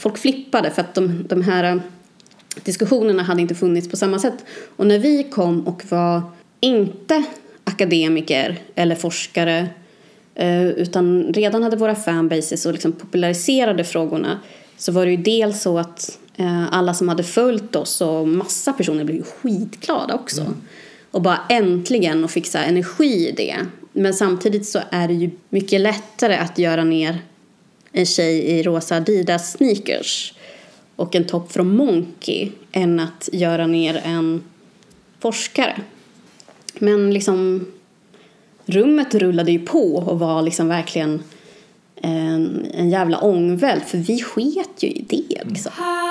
folk flippade för att de här diskussionerna hade inte funnits på samma sätt. Och när vi kom och var inte akademiker eller forskare utan redan hade våra fanbases och liksom populariserade frågorna, så var det ju dels så att alla som hade följt oss och massa personer blev ju skitglada också. Och bara äntligen och fick så här energi i det. Men samtidigt så är det ju mycket lättare att göra ner en tjej i rosa Adidas sneakers och en topp från Monkey än att göra ner en forskare. Men liksom rummet rullade ju på och var liksom verkligen en jävla ångvält, för vi sket ju i det liksom.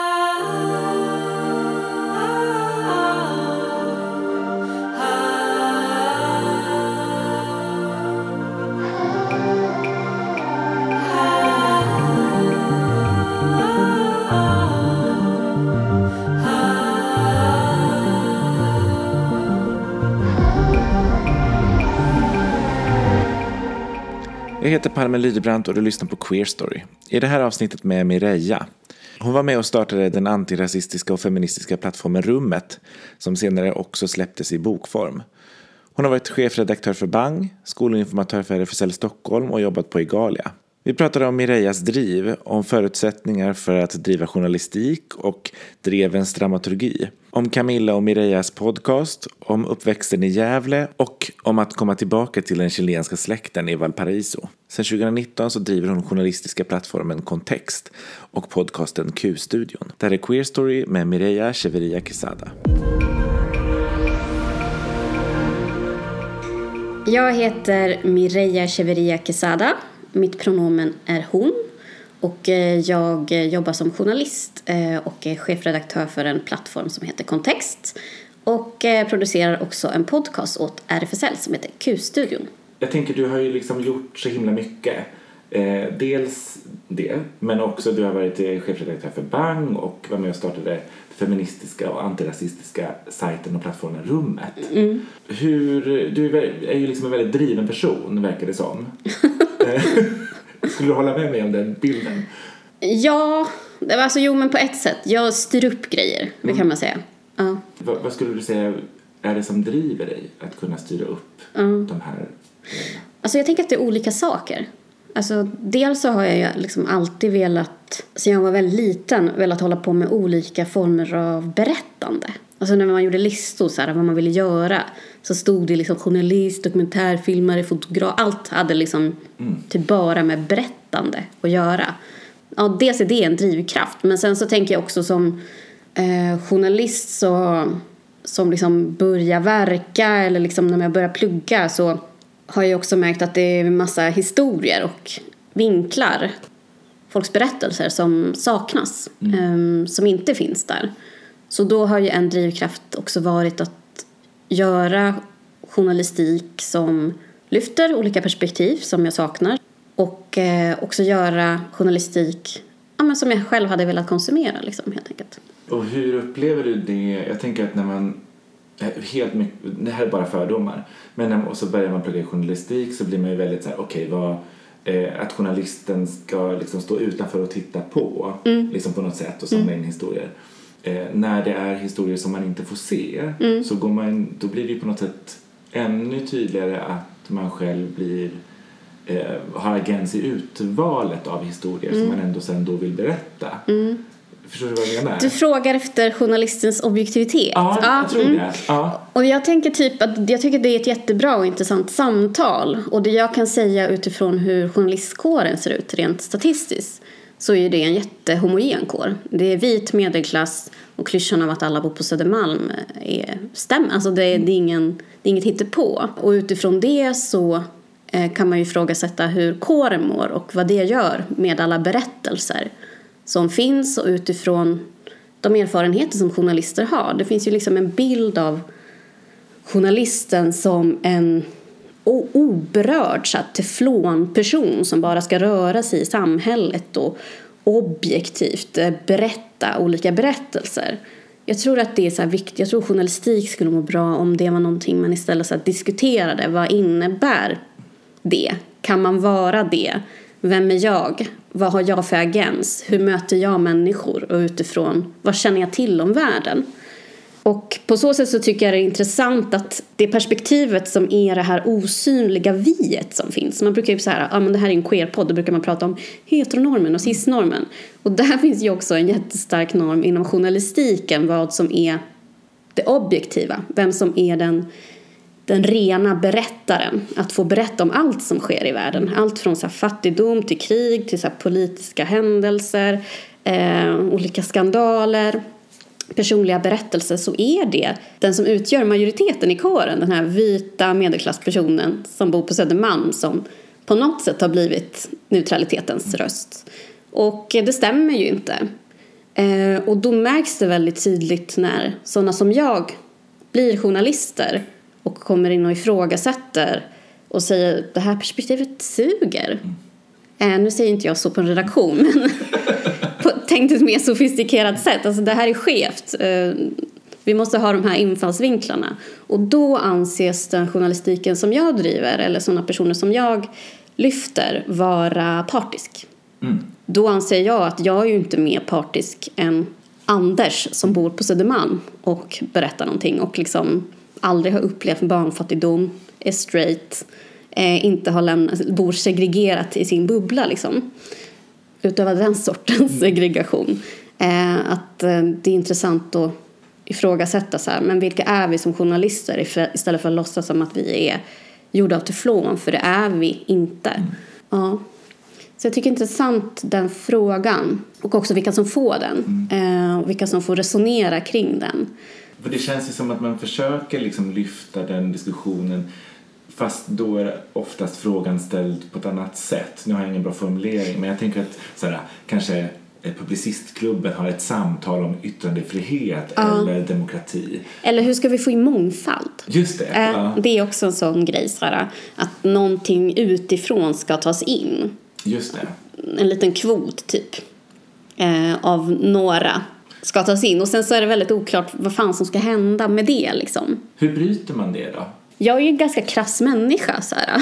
Jag heter Palme Lydebrant och du lyssnar på Queer Story. I det här avsnittet med Mireia. Hon var med och startade den antirasistiska och feministiska plattformen Rummet, som senare också släpptes i bokform. Hon har varit chefredaktör för Bang, skolinformatör för RFSL Stockholm och jobbat på Igalia. Vi pratade om Mireias driv, om förutsättningar för att driva journalistik och drevens dramaturgi. Om Camilla och Mireias podcast, om uppväxten i Gävle och om att komma tillbaka till den chilenska släkten i Valparaiso. Sen 2019 så driver hon journalistiska plattformen Kontext och podcasten Q-studion. Där är Queer Story med Mireia Echeverría Quesada. Jag heter Mireia Echeverría Quesada. Mitt pronomen är hon. Och jag jobbar som journalist och är chefredaktör för en plattform som heter Kontext. Och producerar också en podcast åt RFSL som heter Q-studion. Jag tänker, du har ju liksom gjort så himla mycket. Dels det, men också du har varit chefredaktör för Bang och var med och startade feministiska och antirasistiska sajten och plattformen Rummet. Du är ju liksom en väldigt driven person, verkar det som. Skulle du hålla med mig om den bilden? Ja, alltså men på ett sätt. Jag styr upp grejer, det kan man säga. Ja. Vad skulle du säga är det som driver dig att kunna styra upp de här grejerna? Alltså jag tänker att det är olika saker. Alltså dels så har jag liksom alltid velat, sen jag var väldigt liten, velat hålla på med olika former av berättande. Alltså när man gjorde listor så här, vad man ville göra, så stod det liksom journalist, dokumentärfilmare, fotograf, allt hade liksom typ bara med berättande att göra. Ja, dels är det en drivkraft, men sen så tänker jag också som journalist så, som liksom börjar verka eller liksom när jag börjar plugga, så har jag också märkt att det är en massa historier och vinklar, folks berättelser som saknas, som inte finns där. Så då har ju en drivkraft också varit att göra journalistik som lyfter olika perspektiv som jag saknar. Och också göra journalistik som jag själv hade velat konsumera liksom, helt enkelt. Och hur upplever du det? Jag tänker att när man helt mycket, det här är bara fördomar, men och så börjar man plugga journalistik så blir man ju väldigt så här, okej, att journalisten ska liksom stå utanför och titta på liksom på något sätt och samla in historier. När det är historier som man inte får se så då blir det ju på något sätt ännu tydligare att man själv har agens i utvalet av historier som man ändå sen då vill berätta. Förstår du vad jag menar? Du frågar efter journalistens objektivitet. Ja, jag tror det. Ja. Och jag tänker jag tycker det är ett jättebra och intressant samtal. Och det jag kan säga utifrån hur journalistkåren ser ut rent statistiskt, så är det en jättehomogen kår. Det är vit medelklass och klyschan av att alla bor på Södermalm stämmer. Alltså det är inget hittepå. Och utifrån det så kan man ju ifrågasätta hur kåren mår och vad det gör med alla berättelser som finns och utifrån de erfarenheter som journalister har. Det finns ju liksom en bild av journalisten som en oberörd teflonperson som bara ska röra sig i samhället och objektivt berätta olika berättelser. Jag tror att det är så här viktigt. Jag tror journalistik skulle må bra om det var någonting man istället så diskuterade. Vad innebär det? Kan man vara det? Vem är jag? vad har jag för agens? Hur möter jag människor? Och utifrån, vad känner jag till om världen? Och på så sätt så tycker jag det är intressant att det perspektivet som är det här osynliga viet som finns. Man brukar ju så här, men det här är en queer-podd, då brukar man prata om heteronormen och cisnormen. Och där finns ju också en jättestark norm inom journalistiken, vad som är det objektiva. Vem som är den rena berättaren. Att få berätta om allt som sker i världen. Allt från så här fattigdom till krig till så här politiska händelser, olika skandaler, personliga berättelser, så är det den som utgör majoriteten i kåren, den här vita medelklasspersonen som bor på Södermalm, som på något sätt har blivit neutralitetens röst. Och det stämmer ju inte. Och då märks det väldigt tydligt när sådana som jag blir journalister och kommer in och ifrågasätter och säger det här perspektivet suger. Nu säger inte jag så på en redaktion, men på tänkt ett mer sofistikerat sätt. Alltså det här är skevt. Vi måste ha de här infallsvinklarna. Och då anses den journalistiken som jag driver, eller sådana personer som jag lyfter, vara partisk. Då anser jag att jag är ju inte mer partisk än Anders som bor på Södermalm och berättar någonting och liksom aldrig har upplevt barnfattigdom, är straight, inte har bor segregerat i sin bubbla liksom. Utöver den sortens segregation. Att det är intressant att ifrågasätta så här, men vilka är vi som journalister istället för att låtsas som att vi är gjorda av teflon, för det är vi inte. Ja. Så jag tycker det är intressant den frågan, och också vilka som får den och vilka som får resonera kring den. För det känns ju som att man försöker liksom lyfta den diskussionen, fast då är oftast frågan ställd på ett annat sätt. Nu har jag ingen bra formulering, men jag tänker att såhär, kanske Publicistklubben har ett samtal om yttrandefrihet eller demokrati. Eller hur ska vi få in mångfald? Just det. Det är också en sån grej, såhär, att någonting utifrån ska tas in. Just det. En liten kvot typ av några ska tas in. Och sen så är det väldigt oklart vad fan som ska hända med det liksom. Hur bryter man det då? Jag är ju en ganska krass människa så här.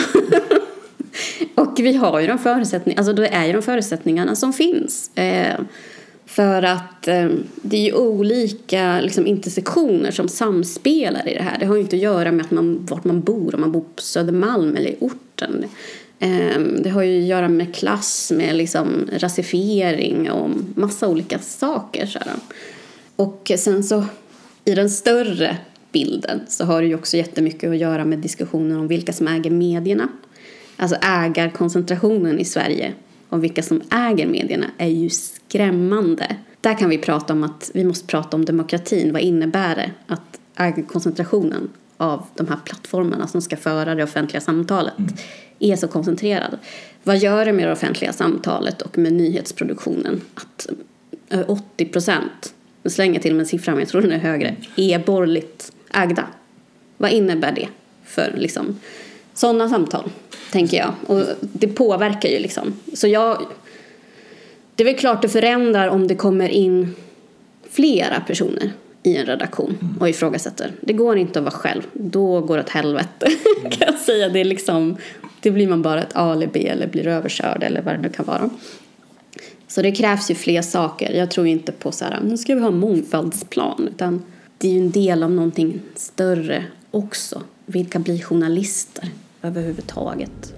Och vi har ju det är ju de förutsättningarna som finns. För att det är ju olika liksom, intersektioner som samspelar i det här. Det har ju inte att göra med vart man bor, om man bor på Södermalm eller i orten. Det har ju att göra med klass, med liksom rasifiering och massa olika saker. Så här. Och sen så i den större bilden så har det ju också jättemycket att göra med diskussionen om vilka som äger medierna. Alltså ägarkoncentrationen i Sverige och vilka som äger medierna är ju skrämmande. Där kan vi prata om att vi måste prata om demokratin. Vad innebär det att ägarkoncentrationen av de här plattformarna som ska föra det offentliga samtalet är så koncentrerad? Vad gör det med det offentliga samtalet och med nyhetsproduktionen? Att 80%, jag slänger till med en siffra men jag tror den är högre, är borgerligt ägda. Vad innebär det för liksom sådana samtal, tänker jag. Och det påverkar ju liksom. Så det är väl klart det förändrar om det kommer in flera personer i en redaktion och ifrågasätter. Det går inte att vara själv. Då går det åt helvete. Kan jag säga. Det är liksom, det blir man bara ett A eller B eller blir överkörd eller vad det nu kan vara. Så det krävs ju fler saker. Jag tror inte på så här, nu ska vi ha en mångfaldsplan, utan det är ju en del av någonting större också. Vilka blir journalister överhuvudtaget?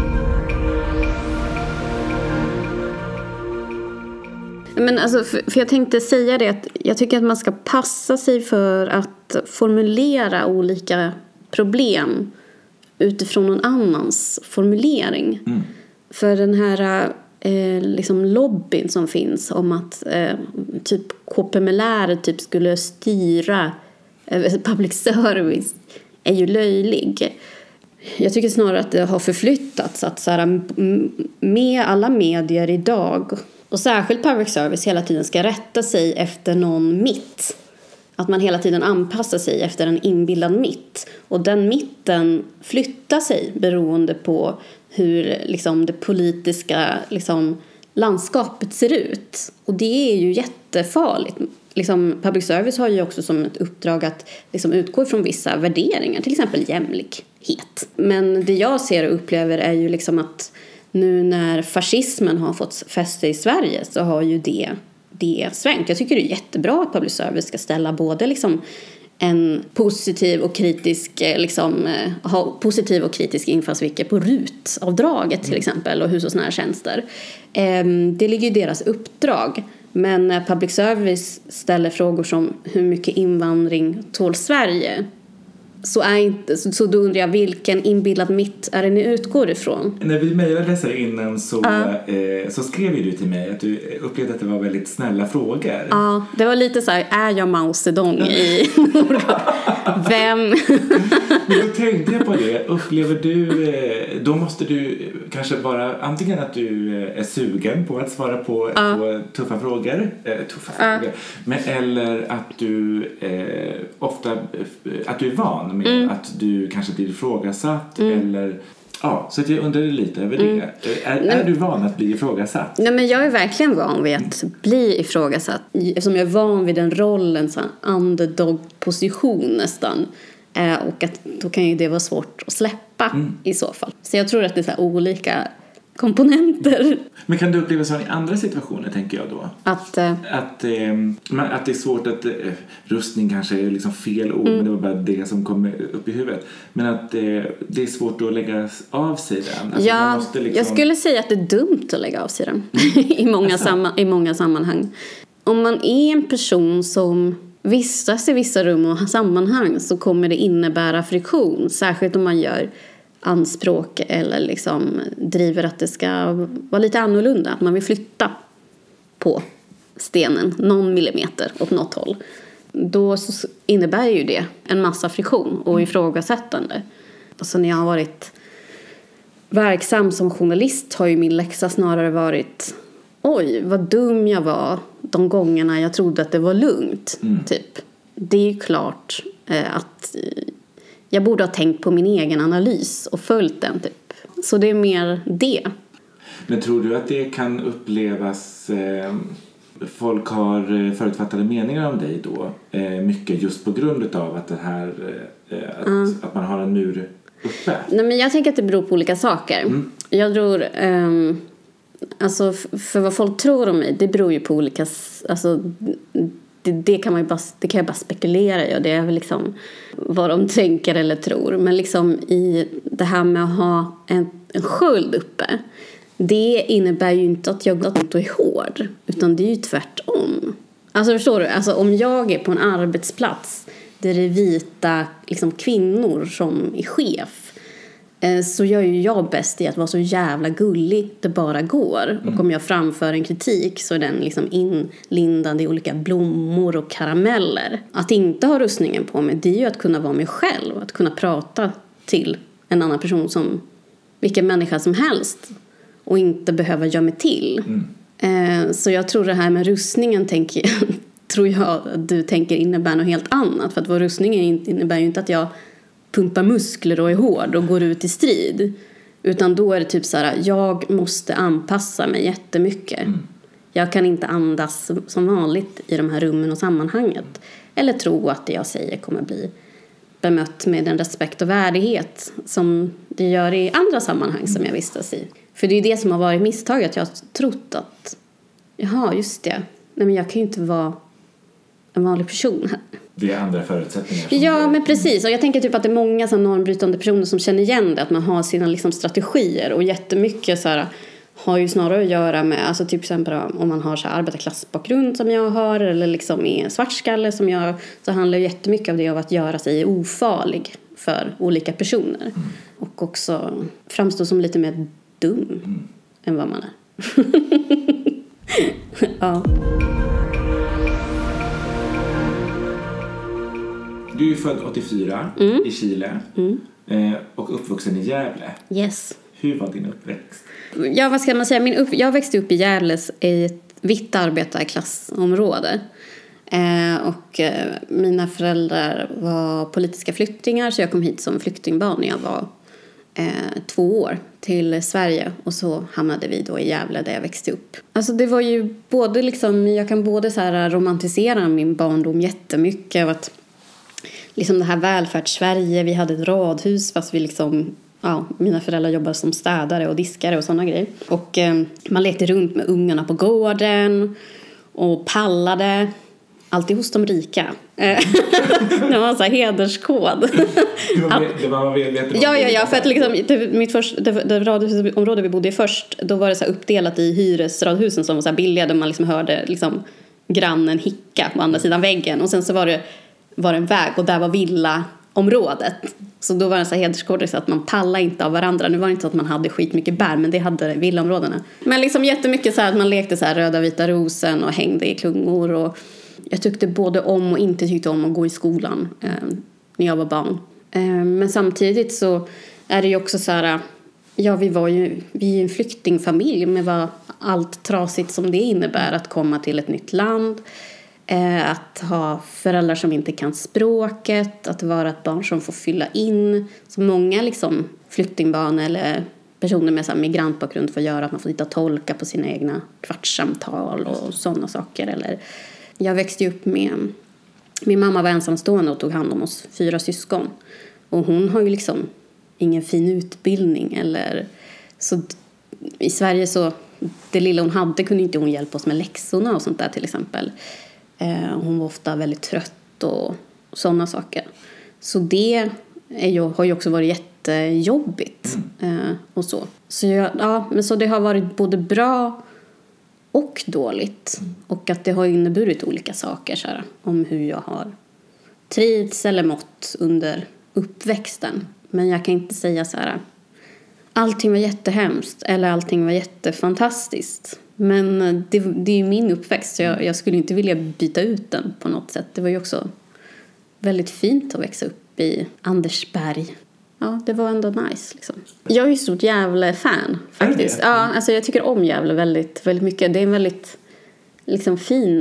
Men alltså, för jag tänkte säga det, att jag tycker att man ska passa sig för att formulera olika problem utifrån någon annans formulering. För den här liksom lobbyn som finns om att typ KPML typ skulle styra public service är ju löjlig. Jag tycker snarare att det har förflyttats, att så här, med alla medier idag och särskilt public service hela tiden ska rätta sig efter någon mitt. Att man hela tiden anpassar sig efter en inbildad mitt. Och den mitten flyttar sig beroende på hur liksom, det politiska liksom, landskapet ser ut. Och det är ju jättefarligt. Liksom, public service har ju också som ett uppdrag att liksom, utgå från vissa värderingar. Till exempel jämlikhet. Men det jag ser och upplever är ju liksom att nu när fascismen har fått fäste i Sverige så har ju det svängt. Jag tycker det är jättebra att public service ska ställa både liksom en positiv och kritisk ha positiv och kritisk infallsvinkel på RUT-avdraget till exempel och hushållsnära tjänster. Det ligger ju deras uppdrag. Men när public service ställer frågor som hur mycket invandring tål Sverige, så då undrar jag vilken inbillad mitt är det ni utgår ifrån? När vi mejlade sig innan så skrev ju du till mig att du upplevde att det var väldigt snälla frågor. Ja, det var lite så här, är jag Mao Zedong i något? Vem? Men då tänkte jag på det. Upplever du, då måste du kanske bara, antingen att du är sugen på att svara på tuffa frågor, men eller att du ofta, att du är van med att du kanske blir ifrågasatt eller så att jag undrar lite över det. Är du van att bli ifrågasatt? Nej, men jag är verkligen van vid att bli ifrågasatt. Eftersom jag är van vid den rollen, så underdog-position nästan. Och att då kan ju det vara svårt att släppa i så fall. Så jag tror att det är så här olika komponenter. Men kan du uppleva så i andra situationer, tänker jag då? Att det är svårt att rustning kanske är liksom fel ord, men det var bara det som kom upp i huvudet. Men att det är svårt att lägga av sig den. Alltså man måste liksom... Jag skulle säga att det är dumt att lägga av sig den i många sammanhang. Om man är en person som vistas i vissa rum och sammanhang så kommer det innebära friktion, särskilt om man gör anspråk eller liksom driver att det ska vara lite annorlunda, att man vill flytta på stenen någon millimeter åt något håll. Då så innebär ju det en massa friktion och ifrågasättande. Alltså när jag har varit verksam som journalist har ju min läxa snarare varit oj, vad dum jag var de gångerna jag trodde att det var lugnt. Typ. Det är ju klart att jag borde ha tänkt på min egen analys och följt den typ. Så det är mer det. Men tror du att det kan upplevas... folk har förutfattade meningar om dig då? Mycket just på grund av att det här... att man har en mur uppe? Nej, men jag tänker att det beror på olika saker. Jag tror... alltså för vad folk tror om mig, det beror ju på olika... Alltså... Det kan jag bara spekulera i, och det är väl liksom vad de tänker eller tror. Men liksom i det här med att ha en sköld uppe, det innebär ju inte att jag inte är hård, utan det är ju tvärtom. Alltså förstår du, alltså om jag är på en arbetsplats där det är vita liksom kvinnor som är chef, så gör ju jag bäst i att vara så jävla gullig det bara går. Och om jag framför en kritik så är den liksom inlindad i olika blommor och karameller. Att inte ha rustningen på mig, det är ju att kunna vara mig själv. Att kunna prata till en annan person som vilken människa som helst. Och inte behöva göra mig till. Så jag tror det här med rustningen tror jag att du tänker innebär något helt annat. För att vår rustning innebär ju inte att jag pumpar muskler och är hård och går ut i strid. Utan då är det typ så här, jag måste anpassa mig jättemycket. Jag kan inte andas som vanligt i de här rummen och sammanhanget. Eller tro att det jag säger kommer bli bemött med den respekt och värdighet som det gör i andra sammanhang som jag vistas i. För det är det som har varit misstaget. Jag har trott att, jaha just det, nej men jag kan ju inte vara en vanlig person här. Det är andra förutsättningar. Ja, men precis. Och jag tänker typ att det är många så normbrytande personer som känner igen det. Att man har sina liksom strategier. Och jättemycket så här, har ju snarare att göra med, alltså typ exempel om man har så här arbetarklassbakgrund som jag har. Eller liksom är svartskalle som jag. Så handlar ju jättemycket av det av att göra sig ofarlig för olika personer. Och också framstå som lite mer dum än vad man är. Ja. Du är ju född 84 i Chile och uppvuxen i Gävle. Yes. Hur var din uppväxt? Ja, vad ska man säga? Jag växte upp i Gävle i ett vitt arbetarklassområde. Och mina föräldrar var politiska flyktingar, så jag kom hit som flyktingbarn när jag var 2 år till Sverige. Och så hamnade vi då i Gävle där jag växte upp. Alltså det var ju både liksom, jag kan både så här romantisera min barndom jättemycket av att liksom det här välfärdssverige, vi hade ett radhus fast vi liksom mina föräldrar jobbade som städare och diskare och sådana grejer. Och man lekte runt med ungarna på gården och pallade. Alltid hos de rika. Det var en sån här hederskod. Det var Ja, för att liksom, det radhusområde vi bodde i först, då var det så här uppdelat i hyresradhusen som var så här billiga, där man liksom hörde liksom grannen hicka på andra sidan väggen. Och sen så var det en väg, och där var villaområdet. Så då var det en så här hederskod, så att man pallade inte av varandra. Nu var det inte så att man hade skitmycket bär, men det hade villaområdena. Men liksom jättemycket så här att man lekte så här röda vita rosen och hängde i klungor. Och jag tyckte både om och inte tyckte om att gå i skolan när jag var barn. Men samtidigt så är det ju också så här, vi är en flyktingfamilj med vad allt trasigt som det innebär att komma till ett nytt land. Att ha föräldrar som inte kan språket, att vara ett barn som får fylla in. Så många liksom flyktingbarn eller personer med så här migrantbakgrund får göra att man får hitta tolka på sina egna kvartssamtal och sådana saker. Eller jag växte upp med, min mamma var ensamstående och tog hand om oss 4 syskon. Och hon har ju liksom ingen fin utbildning. Eller, så i Sverige så, det lilla hon hade kunde inte hon hjälpa oss med läxorna och sånt där till exempel. Hon var ofta väldigt trött och sådana saker. Så det har ju också varit jättejobbigt. Och så. Men så det har varit både bra och dåligt. Och att det har inneburit olika saker så här, om hur jag har trivts eller mått under uppväxten. Men jag kan inte säga så här, allting var jättehemskt eller allting var jättefantastiskt. Men det är ju min uppväxt, så jag skulle inte vilja byta ut den på något sätt. Det var ju också väldigt fint att växa upp i Andersberg. Ja, det var ändå nice liksom. Jag är ju stort Gävle-fan faktiskt. Ja, alltså jag tycker om Gävle väldigt, väldigt mycket. Det är en väldigt liksom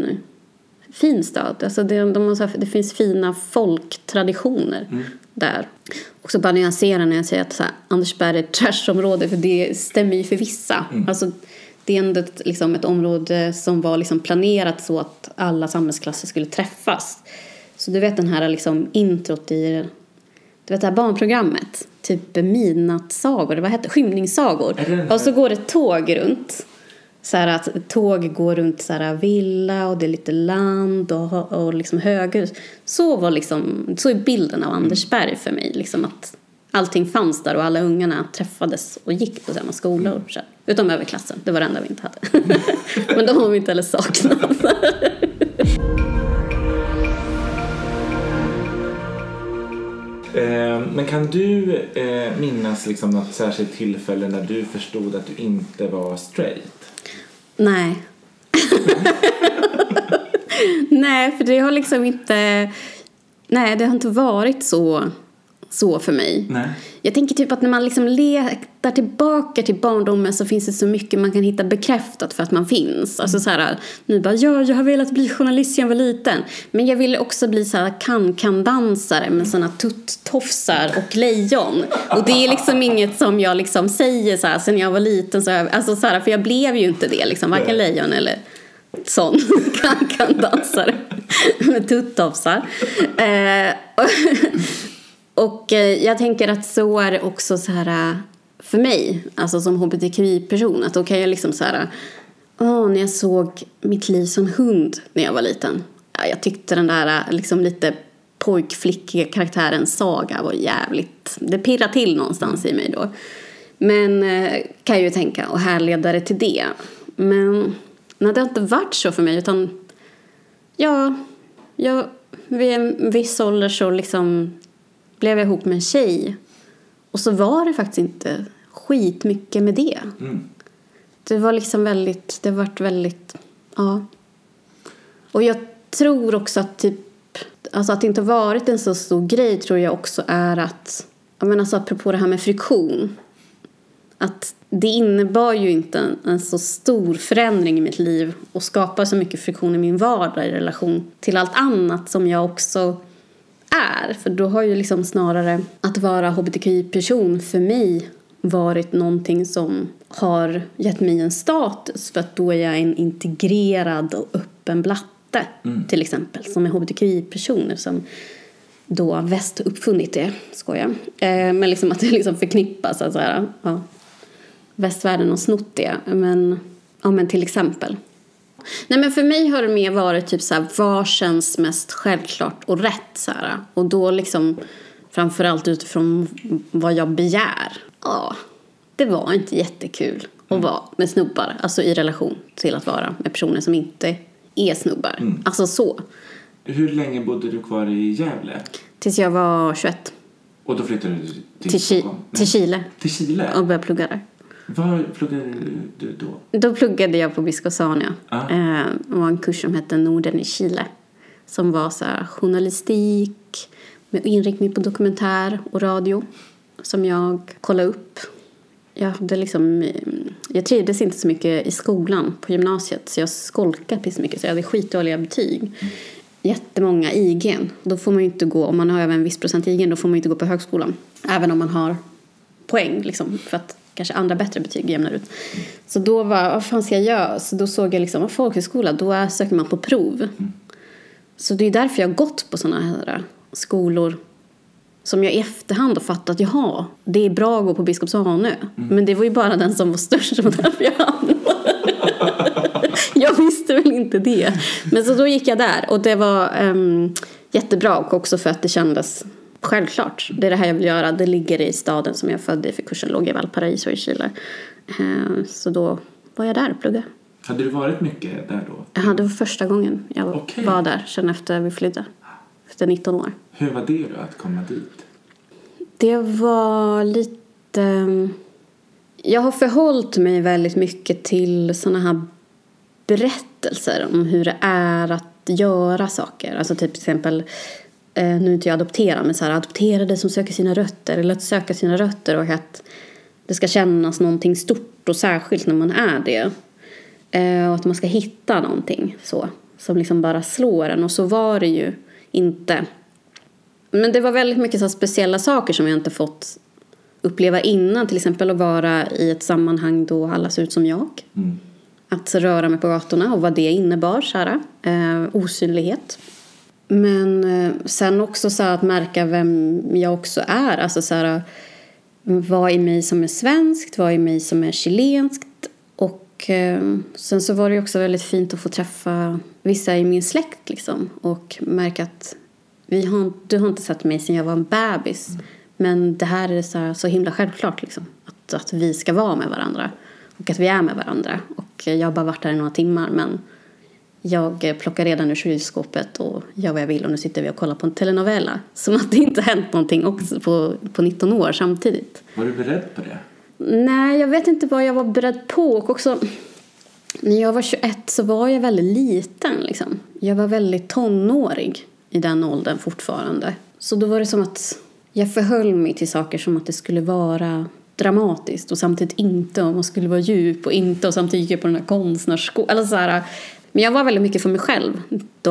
fin stad. Alltså det finns fina folktraditioner där. Och så bara nyansera när jag säger att så här, Andersberg är ett trashområde, för det stämmer ju för vissa. Alltså det är ändå liksom ett område som var liksom planerat så att alla samhällsklasser skulle träffas. Så du vet den här liksom introt i, du vet det här barnprogrammet, typ midnattssagor, vad heter skymningssagor. Och så går det tåg runt. Så här att tåg går runt så här villa och det är lite land och liksom höghus. Så är bilden av Andersberg för mig, liksom att allting fanns där och alla ungarna träffades och gick på samma skolor. Utom överklassen, det var det enda vi inte hade. Men de har vi inte heller saknat. Men kan du minnas liksom något särskilt tillfälle när du förstod att du inte var straight? Nej. Nej, för det har liksom inte... Nej, det har inte varit så för mig. Nej. Jag tänker typ att när man liksom letar tillbaka till barndomen så finns det så mycket man kan hitta bekräftat för att man finns. Alltså så här, nu bara, jag har velat bli journalist när jag var liten. Men jag ville också bli så här kan-dansare med såna tutt-tofsar och lejon. Och det är liksom inget som jag liksom säger så här, sen jag var liten. Alltså så här, för jag blev ju inte det liksom, varken lejon eller sån kan-dansare med tutt-tofsar. Och jag tänker att så är det också så här för mig, alltså som hbtqi-person, att då kan jag liksom så här, när jag såg Mitt liv som hund när jag var liten, jag tyckte den där liksom lite pojkflickiga karaktären Saga var jävligt, det pirrar till någonstans i mig då. Men kan jag ju tänka och härleda det till det. Men nej, det har inte varit så för mig, utan vid en viss ålder så liksom blev jag ihop med en tjej. Och så var det faktiskt inte skitmycket med det. Det var liksom väldigt, ja. Och jag tror också att typ, alltså att det inte varit en så stor grej tror jag också är att, jag menar, alltså apropå det här med friktion, att det innebar ju inte en så stor förändring i mitt liv och skapar så mycket friktion i min vardag i relation till allt annat som jag också är. För då har ju liksom snarare att vara hbtqi-person för mig varit någonting som har gett mig en status, för att då är jag en integrerad och öppen blatte till exempel, som är hbtqi-personer som då väst uppfunnit det, skojar. Men liksom att det liksom förknippas, alltså här, ja, västvärlden har snott det. Men till exempel. Nej, men för mig har det mer varit typ så här, vad känns mest självklart och rätt så här. Och då liksom framförallt utifrån vad jag begär. Ja, det var inte jättekul att vara med snubbar, alltså i relation till att vara med personer som inte är snubbar. Alltså så. Hur länge bodde du kvar i Gävle? Tills jag var 21. Och då flyttade du till Stockholm? Till Chile. Till Chile? Och började plugga där. Var pluggade du då? Då pluggade jag på Biskopsania. Det var en kurs som hette Norden i Chile. Som var så här, journalistik med inriktning på dokumentär och radio. Som jag kollade upp. Jag trivdes inte så mycket i skolan på gymnasiet. Så jag skolkade så mycket. Så jag hade skitdåliga betyg. Jättemånga IG:n. Då får man ju inte gå, om man har över en viss procent IG:n, då får man ju inte gå på högskolan. Även om man har poäng liksom, för att kanske andra bättre betyg jämnar ut. Så då vad fan ska jag göra? Så då såg jag liksom, folkhögskola, då söker man på prov. Så det är därför jag har gått på såna här skolor som jag i efterhand har fattat, jaha, det är bra att gå på Biskopshanö. Men det var ju bara den som var störst, som var därför jag hamnade. Jag visste väl inte det. Men så då gick jag där. Och det var jättebra, och också för att det kändes självklart. Det är det här jag vill göra. Det ligger i staden som jag födde, för kursen låg i Valparaiso i Chile. Så då var jag där och pluggade. Hade du varit mycket där då? Ja, det var första gången jag var där. Sen efter vi flydde. Efter 19 år. Hur var det då att komma dit? Det var lite... Jag har förhållit mig väldigt mycket till såna här berättelser om hur det är att göra saker. Alltså typ till exempel, nu är inte jag adopterad, men så här, adopterade som söker sina rötter, eller att söka sina rötter, och att det ska kännas någonting stort och särskilt när man är det. Och att man ska hitta någonting så, som liksom bara slår en. Och så var det ju inte. Men det var väldigt mycket så speciella saker som jag inte fått uppleva innan. Till exempel att vara i ett sammanhang då alla ser ut som jag. Att röra mig på gatorna och vad det innebar. Så här, osynlighet. Men sen också så här, att märka vem jag också är. Alltså så här, vad i mig som är svenskt, vad i mig som är chilenskt. Och sen så var det också väldigt fint att få träffa vissa i min släkt liksom. Och märka att du har inte sett mig sedan jag var en bebis. Men det här är så himla självklart liksom. Att vi ska vara med varandra. Och att vi är med varandra. Och jag har bara varit där i några timmar. Men jag plockar redan ur kylskåpet och gör vad jag vill. Och nu sitter vi och kollar på en telenovela. Som att det inte hänt någonting också på 19 år samtidigt. Var du beredd på det? Nej, jag vet inte vad jag var beredd på. Och också, när jag var 21 så var jag väldigt liten liksom. Jag var väldigt tonårig i den åldern fortfarande. Så då var det som att jag förhöll mig till saker som att det skulle vara dramatiskt och samtidigt inte, och man skulle vara djup och inte, och samtidigt gick jag på den här konstnärsskolan. Alltså så här. Men jag var väldigt mycket för mig själv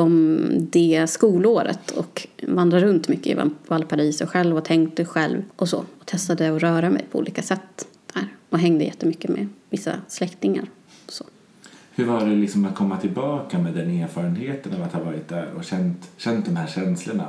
det skolåret, och vandrade runt mycket i Valparaiso själv och tänkte själv och så. Och testade att röra mig på olika sätt där. Och hängde jättemycket med vissa släktingar och så. Hur var det liksom att komma tillbaka med den erfarenheten av att ha varit där och känt de här känslorna?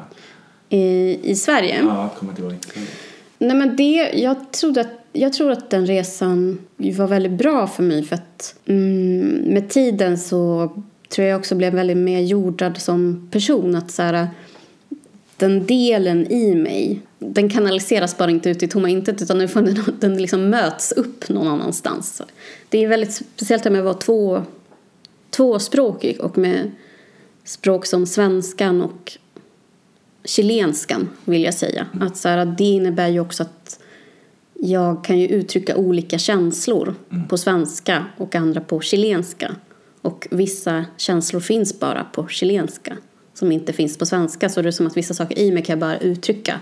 I Sverige? Ja, att komma tillbaka till Sverige. Nej, men jag tror att den resan var väldigt bra för mig, för att med tiden så tror jag också blev väldigt mer jordad som person, att så här, den delen i mig, den kanaliseras bara inte ut i tomma intet, utan nu får den liksom möts upp någon annanstans. Det är väldigt speciellt att jag var tvåspråkig, och med språk som svenskan och chilenskan vill jag säga. Att så här, det innebär ju också att jag kan ju uttrycka olika känslor på svenska och andra på chilenska. Och vissa känslor finns bara på chilenska som inte finns på svenska. Så det är som att vissa saker i mig kan jag bara uttrycka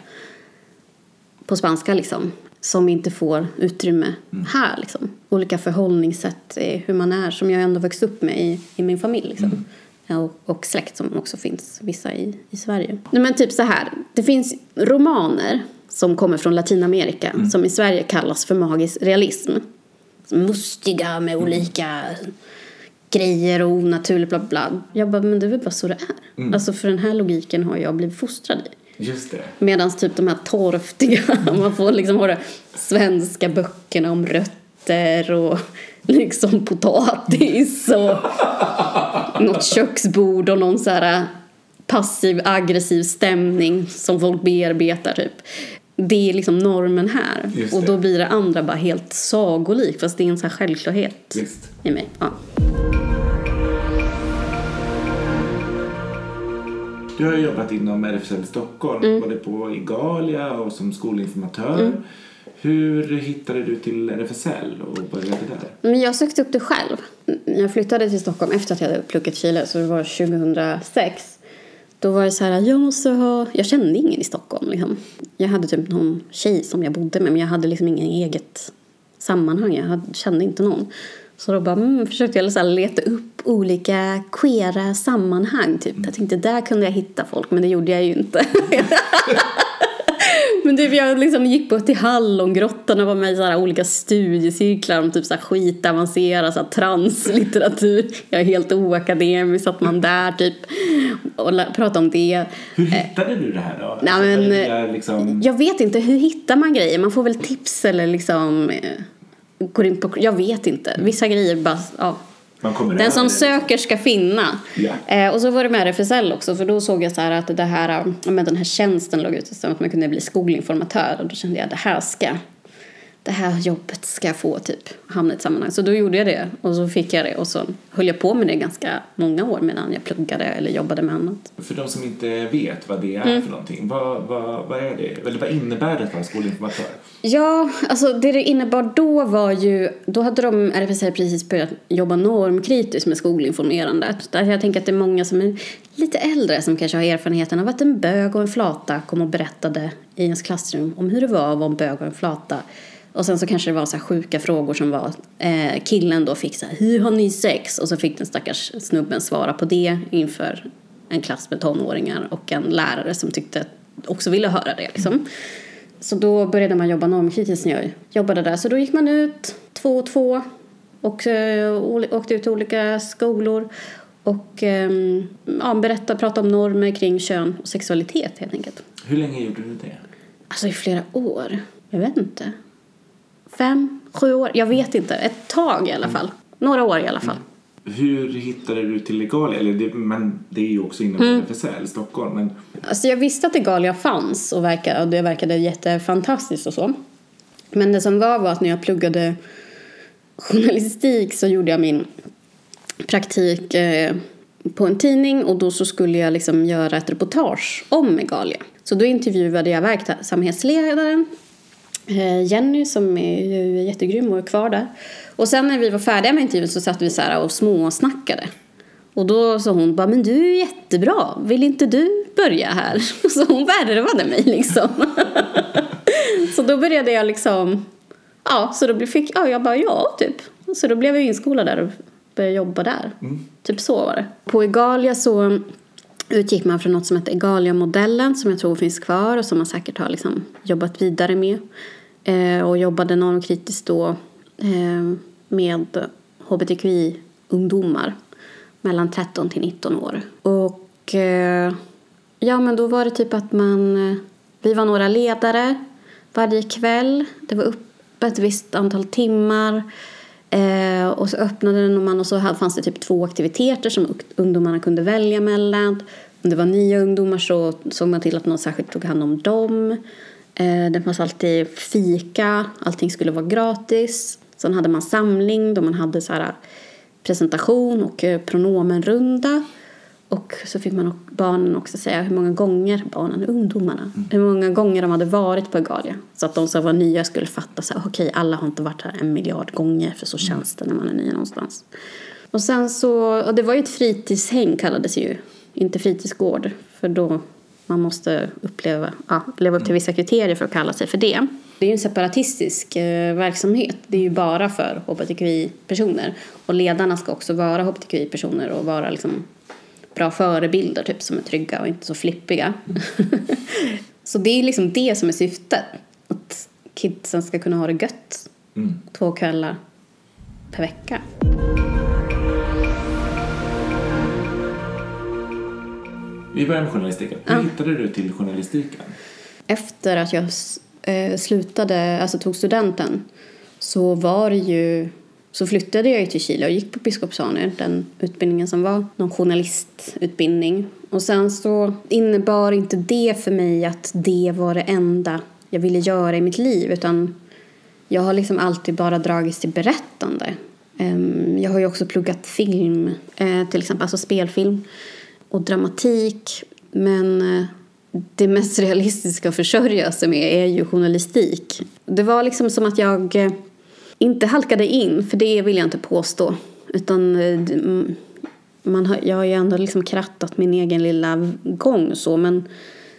på spanska liksom. Som inte får utrymme här liksom. Olika förhållningssätt, hur man är, som jag ändå växt upp med i min familj liksom. Och släkt som också finns vissa i Sverige. Nej, men typ så här, det finns romaner som kommer från Latinamerika som i Sverige kallas för magisk realism. Mustiga med olika grejer och onaturligt bla bla. Jag bara, men det är väl bara så det är. Alltså för den här logiken har jag blivit fostrad i. Just det. Medan typ de här torftiga, man får liksom ha de svenska böckerna om rötter och liksom potatis och något köksbord och någon så här passiv aggressiv stämning som folk bearbetar typ. Det är liksom normen här. Och då blir det andra bara helt sagolikt, fast det är en sån här självklarhet i mig. Ja. Du har jobbat inom RFSL Stockholm, både på Igalia och som skolinformatör. Hur hittade du till RFSL och började där? Men jag sökte upp det själv. Jag flyttade till Stockholm efter att jag hade pluggat Chile, så det var 2006. Då var det så här, jag kände ingen i Stockholm liksom. Jag hade typ någon tjej som jag bodde med, men jag hade liksom ingen eget sammanhang. Jag kände inte någon. Så då bara försökte jag så här leta upp olika queera sammanhang typ. Jag tänkte där kunde jag hitta folk, men det gjorde jag ju inte. Men typ jag liksom gick på till Hallongrottan och var med i så här olika studiecirklar om typ så här skitavancerad så här translitteratur. Jag är helt oakademisk, så att man där typ och pratade om det. Hur hittade du det här då? Nej, men, liksom... Jag vet inte, hur hittar man grejer? Man får väl tips eller liksom går in på, jag vet inte. Vissa grejer bara, ja. Den som söker ska finna. Yeah. Och så var det med RFSL också, för då såg jag så här att det här med den här tjänsten låg ut så att man kunde bli skolinformatör, och då kände jag det här jobbet ska få typ hamna i ett sammanhang. Så då gjorde jag det, och så fick jag det, och så höll jag på med det ganska många år medan jag pluggade eller jobbade med annat. För de som inte vet vad det är för någonting, vad är det? Eller vad innebär det att vara skolinformatör? Ja, alltså det innebar då var ju, då hade de RFSL precis börjat jobba normkritiskt med skolinformerandet. Där jag tänker att det är många som är lite äldre som kanske har erfarenheten av att en bög och en flata kom och berättade i ens klassrum om hur det var att vara en bög och en flata. Och sen så kanske det var så här sjuka frågor som var, killen då fick så här, hur har ni sex? Och så fick den stackars snubben svara på det inför en klass med tonåringar och en lärare som tyckte också ville höra det liksom. Så då började man jobba normkritiskt när jag jobbade där. Så då gick man ut 2 och 2 och åkte ut till olika skolor och pratade om normer kring kön och sexualitet helt enkelt. Hur länge gjorde du det? Alltså i flera år. Jag vet inte. 5-7 år. Jag vet inte. Ett tag i alla fall. Några år i alla fall. Hur hittade du till Igalia? Men det är ju också inom RFSL Stockholm. Men... Alltså jag visste att Igalia fanns och det verkade jättefantastiskt och så. Men det som var att när jag pluggade journalistik så gjorde jag min praktik på en tidning, och då så skulle jag liksom göra ett reportage om Igalia. Så då intervjuade jag verksamhetsledaren Jenny, som är ju jättegrym och är kvar där. Och sen när vi var färdiga med intervjun så satt vi så här och småsnackade. Och då sa hon bara, men du är jättebra, vill inte du börja här? Så hon värvade mig liksom. Så då började jag liksom, så då jag bara, typ. Så då blev jag inskolad där och började jobba där. Typ så var det. På Igalia så utgick man från något som heter Igalia-modellen, som jag tror finns kvar och som man säkert har liksom jobbat vidare med. Och jobbade normkritiskt då med hbtqi-ungdomar mellan 13 till 19 år. Och men då var det typ att vi var några ledare varje kväll. Det var öppet ett visst antal timmar. Och så öppnade man, och så fanns det typ 2 aktiviteter som ungdomarna kunde välja mellan. Om det var nya ungdomar så såg man till att någon särskilt tog hand om dem. Det fanns alltid fika, allting skulle vara gratis. Sen hade man samling då man hade så här presentation och pronomenrunda. Och så fick man barnen också säga hur många gånger, ungdomarna, hur många gånger de hade varit på Igalia. Så att de som var nya skulle fatta så här, okej, alla har inte varit här 1 miljard gånger, för så känns det när man är ny någonstans. Och sen så, och det var ju ett fritidshäng kallades ju, inte fritidsgård, för då man måste leva upp till vissa kriterier för att kalla sig för det. Det är ju en separatistisk verksamhet. Det är ju bara för hbtqi-personer. Och ledarna ska också vara hbtqi-personer och vara liksom bra förebilder typ, som är trygga och inte så flippiga. Så det är liksom det som är syftet. Att kidsen ska kunna ha det gött 2 kvällar per vecka. Vi börjar med journalistiken. Hur hittade du till journalistiken? Efter att jag tog studenten så flyttade jag till Chile och gick på Biskopsarne, den utbildningen som var någon journalistutbildning. Och sen så innebar inte det för mig att det var det enda jag ville göra i mitt liv, utan jag har liksom alltid bara dragits till berättande. Jag har ju också pluggat film, till exempel alltså spelfilm och dramatik, men det mest realistiska att försörja sig med är ju journalistik. Det var liksom som att jag inte halkade in, för det vill jag inte påstå, utan jag har ju ändå liksom krattat min egen lilla gång så, men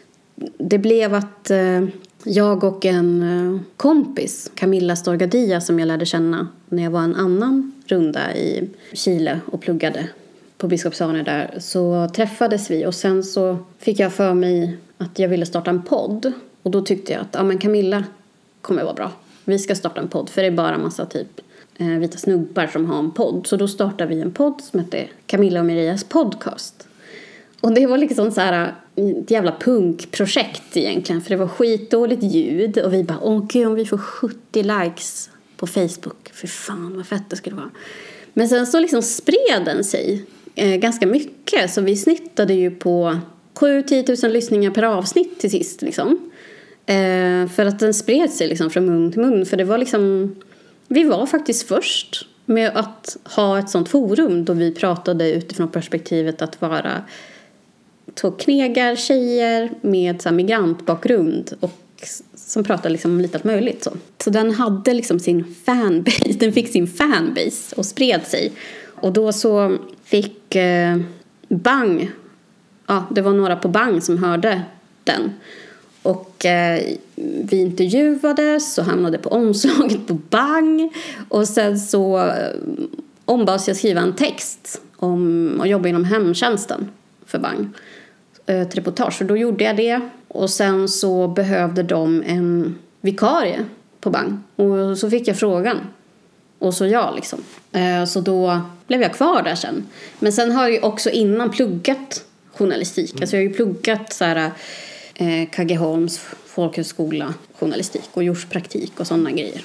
det blev att jag och en kompis, Camilla Storgadia, som jag lärde känna när jag var en annan runda i Chile och pluggade på Biskopsarne där, så träffades vi och sen så fick jag för mig att jag ville starta en podd, och då tyckte jag att men Camilla kommer vara bra. Vi ska starta en podd, för det är bara en massa typ vita snubbar som har en podd. Så då startade vi en podd som heter Camilla och Mirias podcast. Och det var liksom så här ett jävla punkprojekt egentligen, för det var skitdåligt ljud och vi bara gud, om vi får 70 likes på Facebook, för fan vad fett det skulle vara. Men sen så liksom spred den sig ganska mycket, så vi snittade ju på 7-10 000 lyssningar per avsnitt till sist liksom. För att den spred sig liksom från mun till mun, för det var liksom, vi var faktiskt först med att ha ett sånt forum då vi pratade utifrån perspektivet att vara två knegar tjejer med så här migrantbakgrund och som pratade liksom om lite allt möjligt så den hade liksom sin fanbase, den fick sin fanbase och spred sig, och då så fick Bang, det var några på Bang som hörde den. Och vi intervjuades och hamnade på omslaget på Bang. Och sen så ombads jag skriva en text om att jobba inom hemtjänsten för Bang. Ett reportage, och då gjorde jag det. Och sen så behövde de en vikarie på Bang. Och så fick jag frågan. Och så jag liksom. Så då blev jag kvar där sen. Men sen har jag också innan pluggat journalistik. Alltså jag har ju pluggat så här Kaggeholms folkhögskola journalistik och gjort praktik och sådana grejer.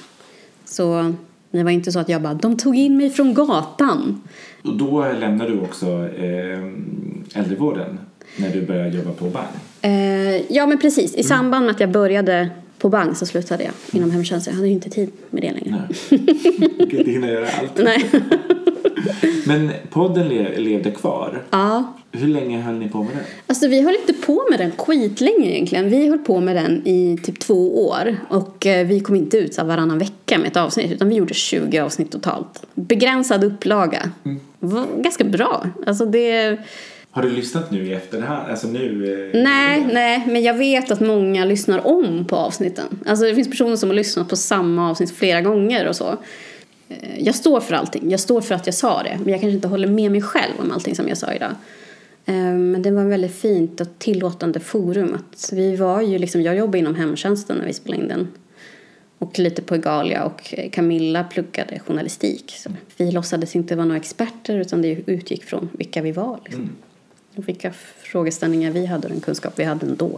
Så det var inte så att jag bara, de tog in mig från gatan. Och då lämnade du också äldrevården när du började jobba på Bang? Ja, men precis. I samband med att jag började på Bang så slutade jag inom hemtjänsten. Jag hade ju inte tid med det längre. Nej. Du kan inte hinna göra allt. Nej. Men podden levde kvar. Ja. Hur länge höll ni på med den? Alltså vi höll inte på med den skitlänge egentligen. Vi höll på med den i typ 2 år. Och vi kom inte ut så varannan vecka med ett avsnitt. Utan vi gjorde 20 avsnitt totalt. Begränsad upplaga. Var ganska bra. Alltså det... Har du lyssnat nu i efterhand? Alltså nu... Nej, men jag vet att många lyssnar om på avsnitten. Alltså det finns personer som har lyssnat på samma avsnitt flera gånger och så. Jag står för allting. Jag står för att jag sa det. Men jag kanske inte håller med mig själv om allting som jag sa idag. Men det var väldigt fint och tillåtande forum. Att vi var ju liksom, jag jobbade inom hemtjänsten när vi spelade in den. Och lite på Egalia, och Camilla pluggade journalistik. Så vi låtsades inte vara några experter, utan det utgick från vilka vi var. Liksom. Och vilka frågeställningar vi hade och den kunskap vi hade ändå.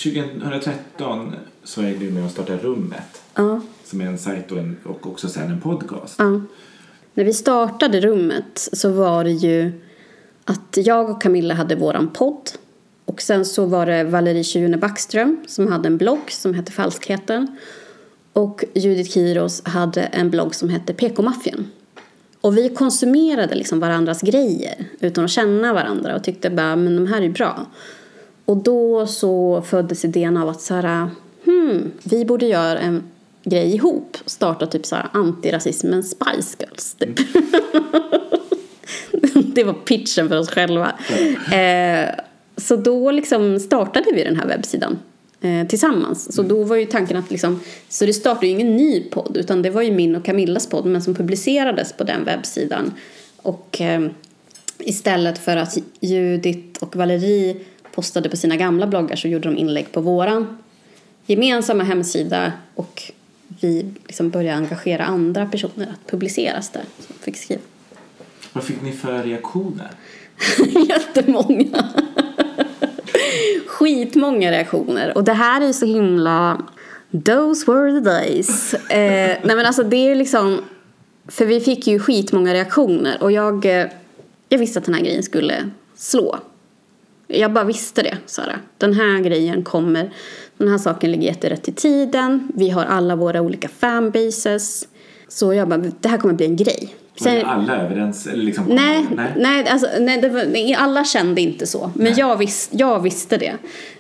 2013 så är du med och startade Rummet. Ja. Som är en sajt och också sen en podcast. Ja. När vi startade Rummet så var det ju att jag och Camilla hade våran podd. Och sen så var det Valerie Tjune Backström som hade en blogg som hette Falskheten. Och Judith Kiros hade en blogg som hette PK-maffian. Och vi konsumerade liksom varandras grejer utan att känna varandra och tyckte bara, men de här är bra. Och då så föddes idén av att så här, vi borde göra en grej ihop. Starta typ så här antirasismen Spice Girls typ. Det var pitchen för oss själva. Så då liksom startade vi den här webbsidan tillsammans. Så då var ju tanken att liksom, så det startade ju ingen ny podd, utan det var ju min och Camillas podd, men som publicerades på den webbsidan. Och istället för att Judith och Valerie postade på sina gamla bloggar, så gjorde de inlägg på våran gemensamma hemsida, och vi liksom började engagera andra personer att publiceras där, som fick skriva. Vad fick ni för reaktioner? Jättemånga. skitmånga reaktioner. Och det här är så himla... Those were the days. Nej men alltså det är liksom... För vi fick ju skitmånga reaktioner. Och jag visste att den här grejen skulle slå. Jag bara visste det, Sara. Den här grejen kommer... Den här saken ligger jätterätt i tiden. Vi har alla våra olika fanbases. Så jag bara, det här kommer bli en grej. Sen, var alla överens? Liksom, nej, alla kände inte så. Men jag visste det.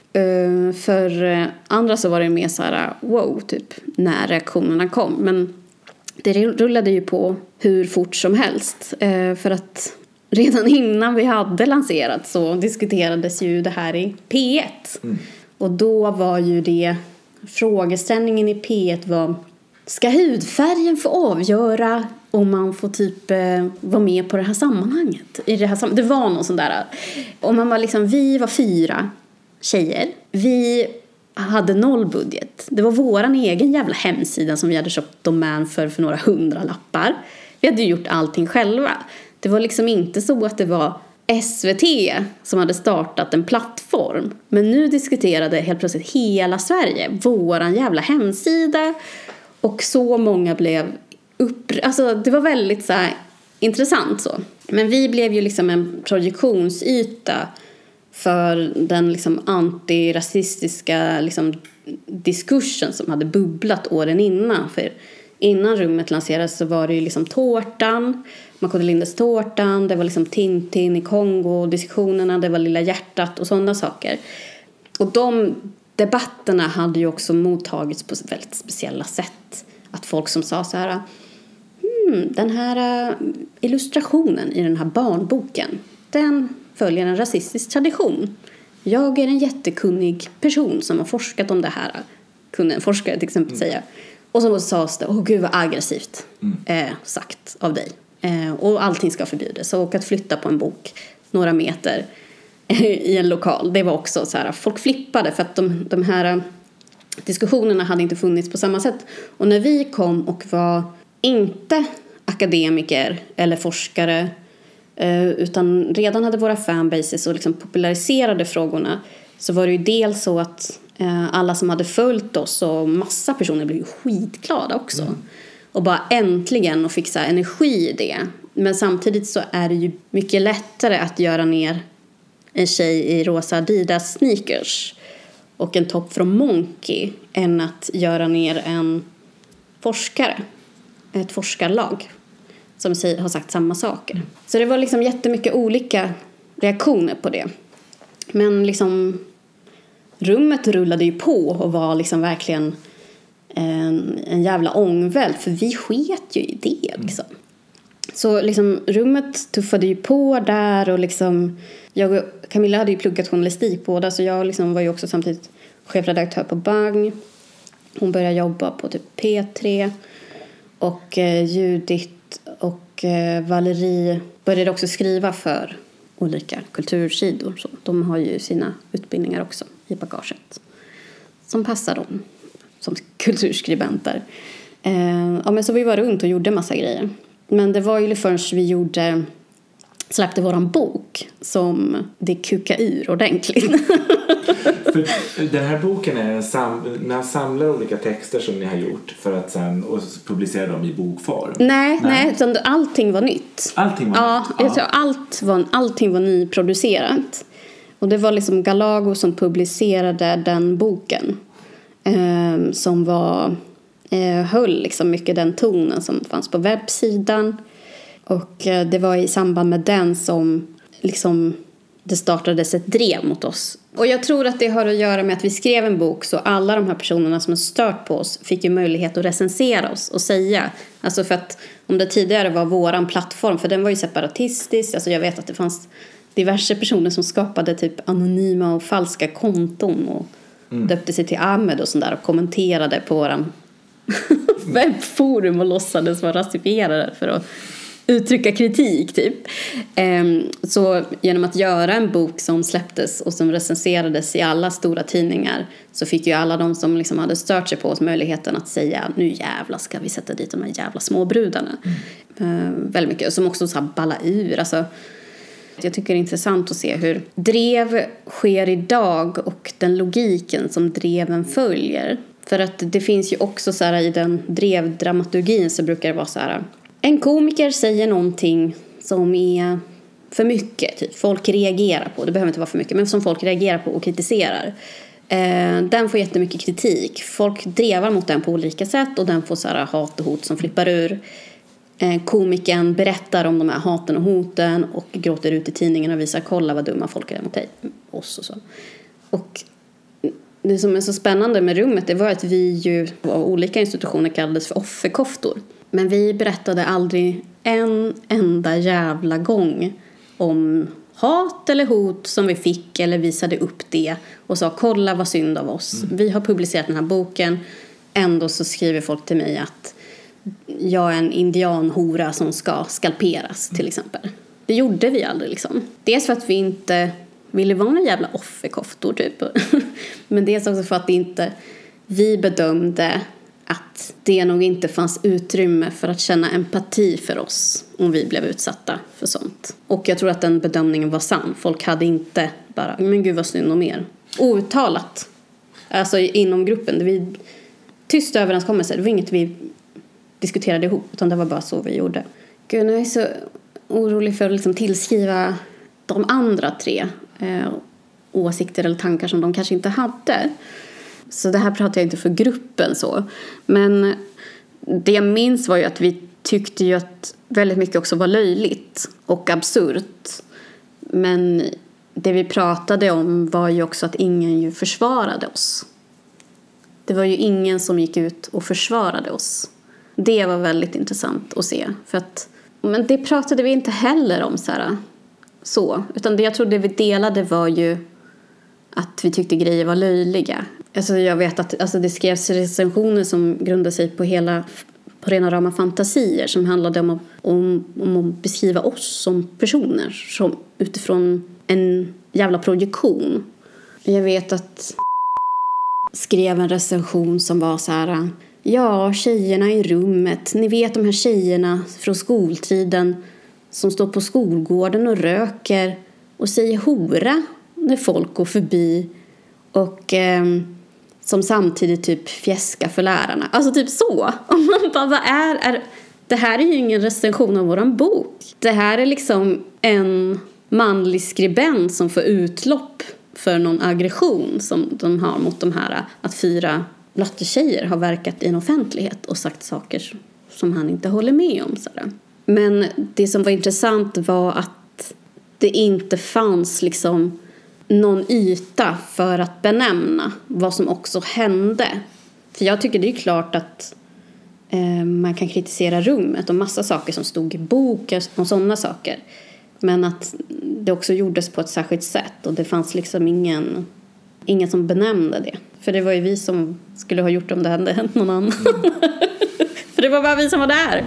För andra så var det mer så här, wow, typ, när reaktionerna kom. Men det rullade ju på hur fort som helst. För att redan innan vi hade lanserat så diskuterades ju det här i P1. Mm. Och då var ju det, frågeställningen i P1 var, ska hudfärgen få avgöra om man får typ vara med på det här sammanhanget? Det var någon sån där, och man var liksom, vi var 4 tjejer, vi hade 0 budget. Det var våran egen jävla hemsida som vi hade köpt domän för några 100 lappar. Vi hade gjort allting själva. Det var liksom inte så att det var SVT som hade startat en plattform. Men nu diskuterade helt plötsligt hela Sverige våran jävla hemsida. Och så många blev alltså det var väldigt så här intressant så. Men vi blev ju liksom en projektionsyta för den liksom antirasistiska liksom diskursen som hade bubblat åren innan. För innan rummet lanserades så var det ju liksom tårtan, Makoto Lindes tårtan, det var liksom Tintin i Kongo, diskussionerna, det var Lilla hjärtat och sådana saker. Och de debatterna hade ju också mottagits på väldigt speciella sätt. Att folk som sa så här, den här illustrationen i den här barnboken, den följer en rasistisk tradition. Jag är en jättekunnig person som har forskat om det här, kunde en forskare till exempel säga. Och så sades det, gud vad aggressivt sagt av dig. Och allting ska förbjudas. Och att flytta på en bok några meter i en lokal, det var också så här, folk flippade för att de här diskussionerna hade inte funnits på samma sätt. Och när vi kom och var inte akademiker eller forskare, utan redan hade våra fanbases och liksom populariserade frågorna, så var det ju dels så att alla som hade följt oss och massa personer blev ju skitglada också. Och bara äntligen och fick så här energi i det. Men samtidigt så är det ju mycket lättare att göra ner en tjej i rosa Adidas sneakers och en topp från Monkey än att göra ner en forskare, ett forskarlag som har sagt samma saker. Så det var liksom jättemycket olika reaktioner på det. Men liksom rummet rullade ju på och var liksom verkligen en jävla ångvält, för vi sket ju i det liksom. Så liksom rummet tuffade ju på där, och liksom jag och Camilla hade ju pluggat journalistik båda, så jag liksom var ju också samtidigt chefredaktör på Bang. Hon började jobba på typ P3, och Judith och Valerie började också skriva för olika kultursidor. Så de har ju sina utbildningar också i bagaget som passar dem som kulturskribenter. Ja, men så vi var runt och gjorde massa grejer. Men det var ju först vi släppte våran bok som det kukade ur ordentligt. För den här boken är man samlar olika texter som ni har gjort för att sen och publicera dem i bokform. Nej, utan allting var nytt. Allting var nytt? Jag tror allting var nyproducerat. Och det var liksom Galago som publicerade den boken. Som var höll liksom mycket den tonen som fanns på webbsidan. Och det var i samband med den som liksom det startades ett drev mot oss. Och jag tror att det har att göra med att vi skrev en bok, så alla de här personerna som har stört på oss fick ju möjlighet att recensera oss och säga. Alltså för att om det tidigare var våran plattform, för den var ju separatistisk. Alltså jag vet att det fanns diverse personer som skapade typ anonyma och falska konton och döpte sig till Ahmed och sånt där och kommenterade på våran webbforum och låtsades vara rasifierade för att uttrycka kritik typ. Så genom att göra en bok som släpptes och som recenserades i alla stora tidningar, så fick ju alla de som liksom hade stört sig på oss möjligheten att säga, nu jävla ska vi sätta dit de här jävla småbrudarna. Väldigt mycket, som också så här balla ur. Alltså, Jag tycker det är intressant att se hur drev sker idag och den logiken som dreven följer. För att det finns ju också så här, i den drevdramaturgin så brukar det vara så här: en komiker säger någonting som är för mycket, typ. Folk reagerar på, det behöver inte vara för mycket, men som folk reagerar på och kritiserar. Den får jättemycket kritik. Folk drevar mot den på olika sätt och den får så här hat och hot som flippar ur. Komikern berättar om de här haten och hoten och gråter ut i tidningen och visar kolla vad dumma folk är mot oss och så. Och det som är så spännande med rummet, det var att vi ju av olika institutioner kallades för offerkoftor. Men vi berättade aldrig en enda jävla gång om hat eller hot som vi fick eller visade upp det och sa kolla vad synd av oss. Vi har publicerat den här boken, ändå så skriver folk till mig att jag är en indianhora som ska skalperas till exempel. Det gjorde vi aldrig liksom. Dels för att vi inte ville vara en jävla offerkoftor typ. Men dels också för att vi bedömde att det nog inte fanns utrymme för att känna empati för oss om vi blev utsatta för sånt. Och jag tror att den bedömningen var sann. Folk hade inte bara, men gud vad synd om er. Outtalat. Alltså inom gruppen. Det var tyst överenskommelse. Det var inget vi diskuterade ihop. Utan det var bara så vi gjorde. Gud, jag är så orolig för att liksom tillskriva de andra 3 åsikter eller tankar som de kanske inte hade. Så det här pratar jag inte för gruppen så. Men det jag minns var ju att vi tyckte ju att väldigt mycket också var löjligt och absurt. Men det vi pratade om var ju också att ingen ju försvarade oss. Det var ju ingen som gick ut och försvarade oss. Det var väldigt intressant att se. Men det pratade vi inte heller om så. Utan det jag trodde vi delade var ju att vi tyckte grejer var löjliga. Alltså jag vet att det skrevs recensioner som grundade sig på rena rama fantasier som handlade om att beskriva oss som personer som utifrån en jävla projektion. Jag vet att skrev en recension som var så här: ja, tjejerna i rummet, ni vet de här tjejerna från skoltiden som står på skolgården och röker och säger hora när folk går förbi och som samtidigt typ fjäskar för lärarna. Alltså typ så. Och man bara, vad är det här är ju ingen recension av våran bok. Det här är liksom en manlig skribent som får utlopp för någon aggression som de har mot de här, att 4 lattetjejer har verkat i en offentlighet och sagt saker som han inte håller med om. Sådär. Men det som var intressant var att det inte fanns liksom någon yta för att benämna vad som också hände. För jag tycker det är klart att man kan kritisera rummet och massa saker som stod i boken och sådana saker. Men att det också gjordes på ett särskilt sätt och det fanns liksom ingen som benämnde det. För det var ju vi som skulle ha gjort om det hade hänt någon annan. För det var bara vi som var där.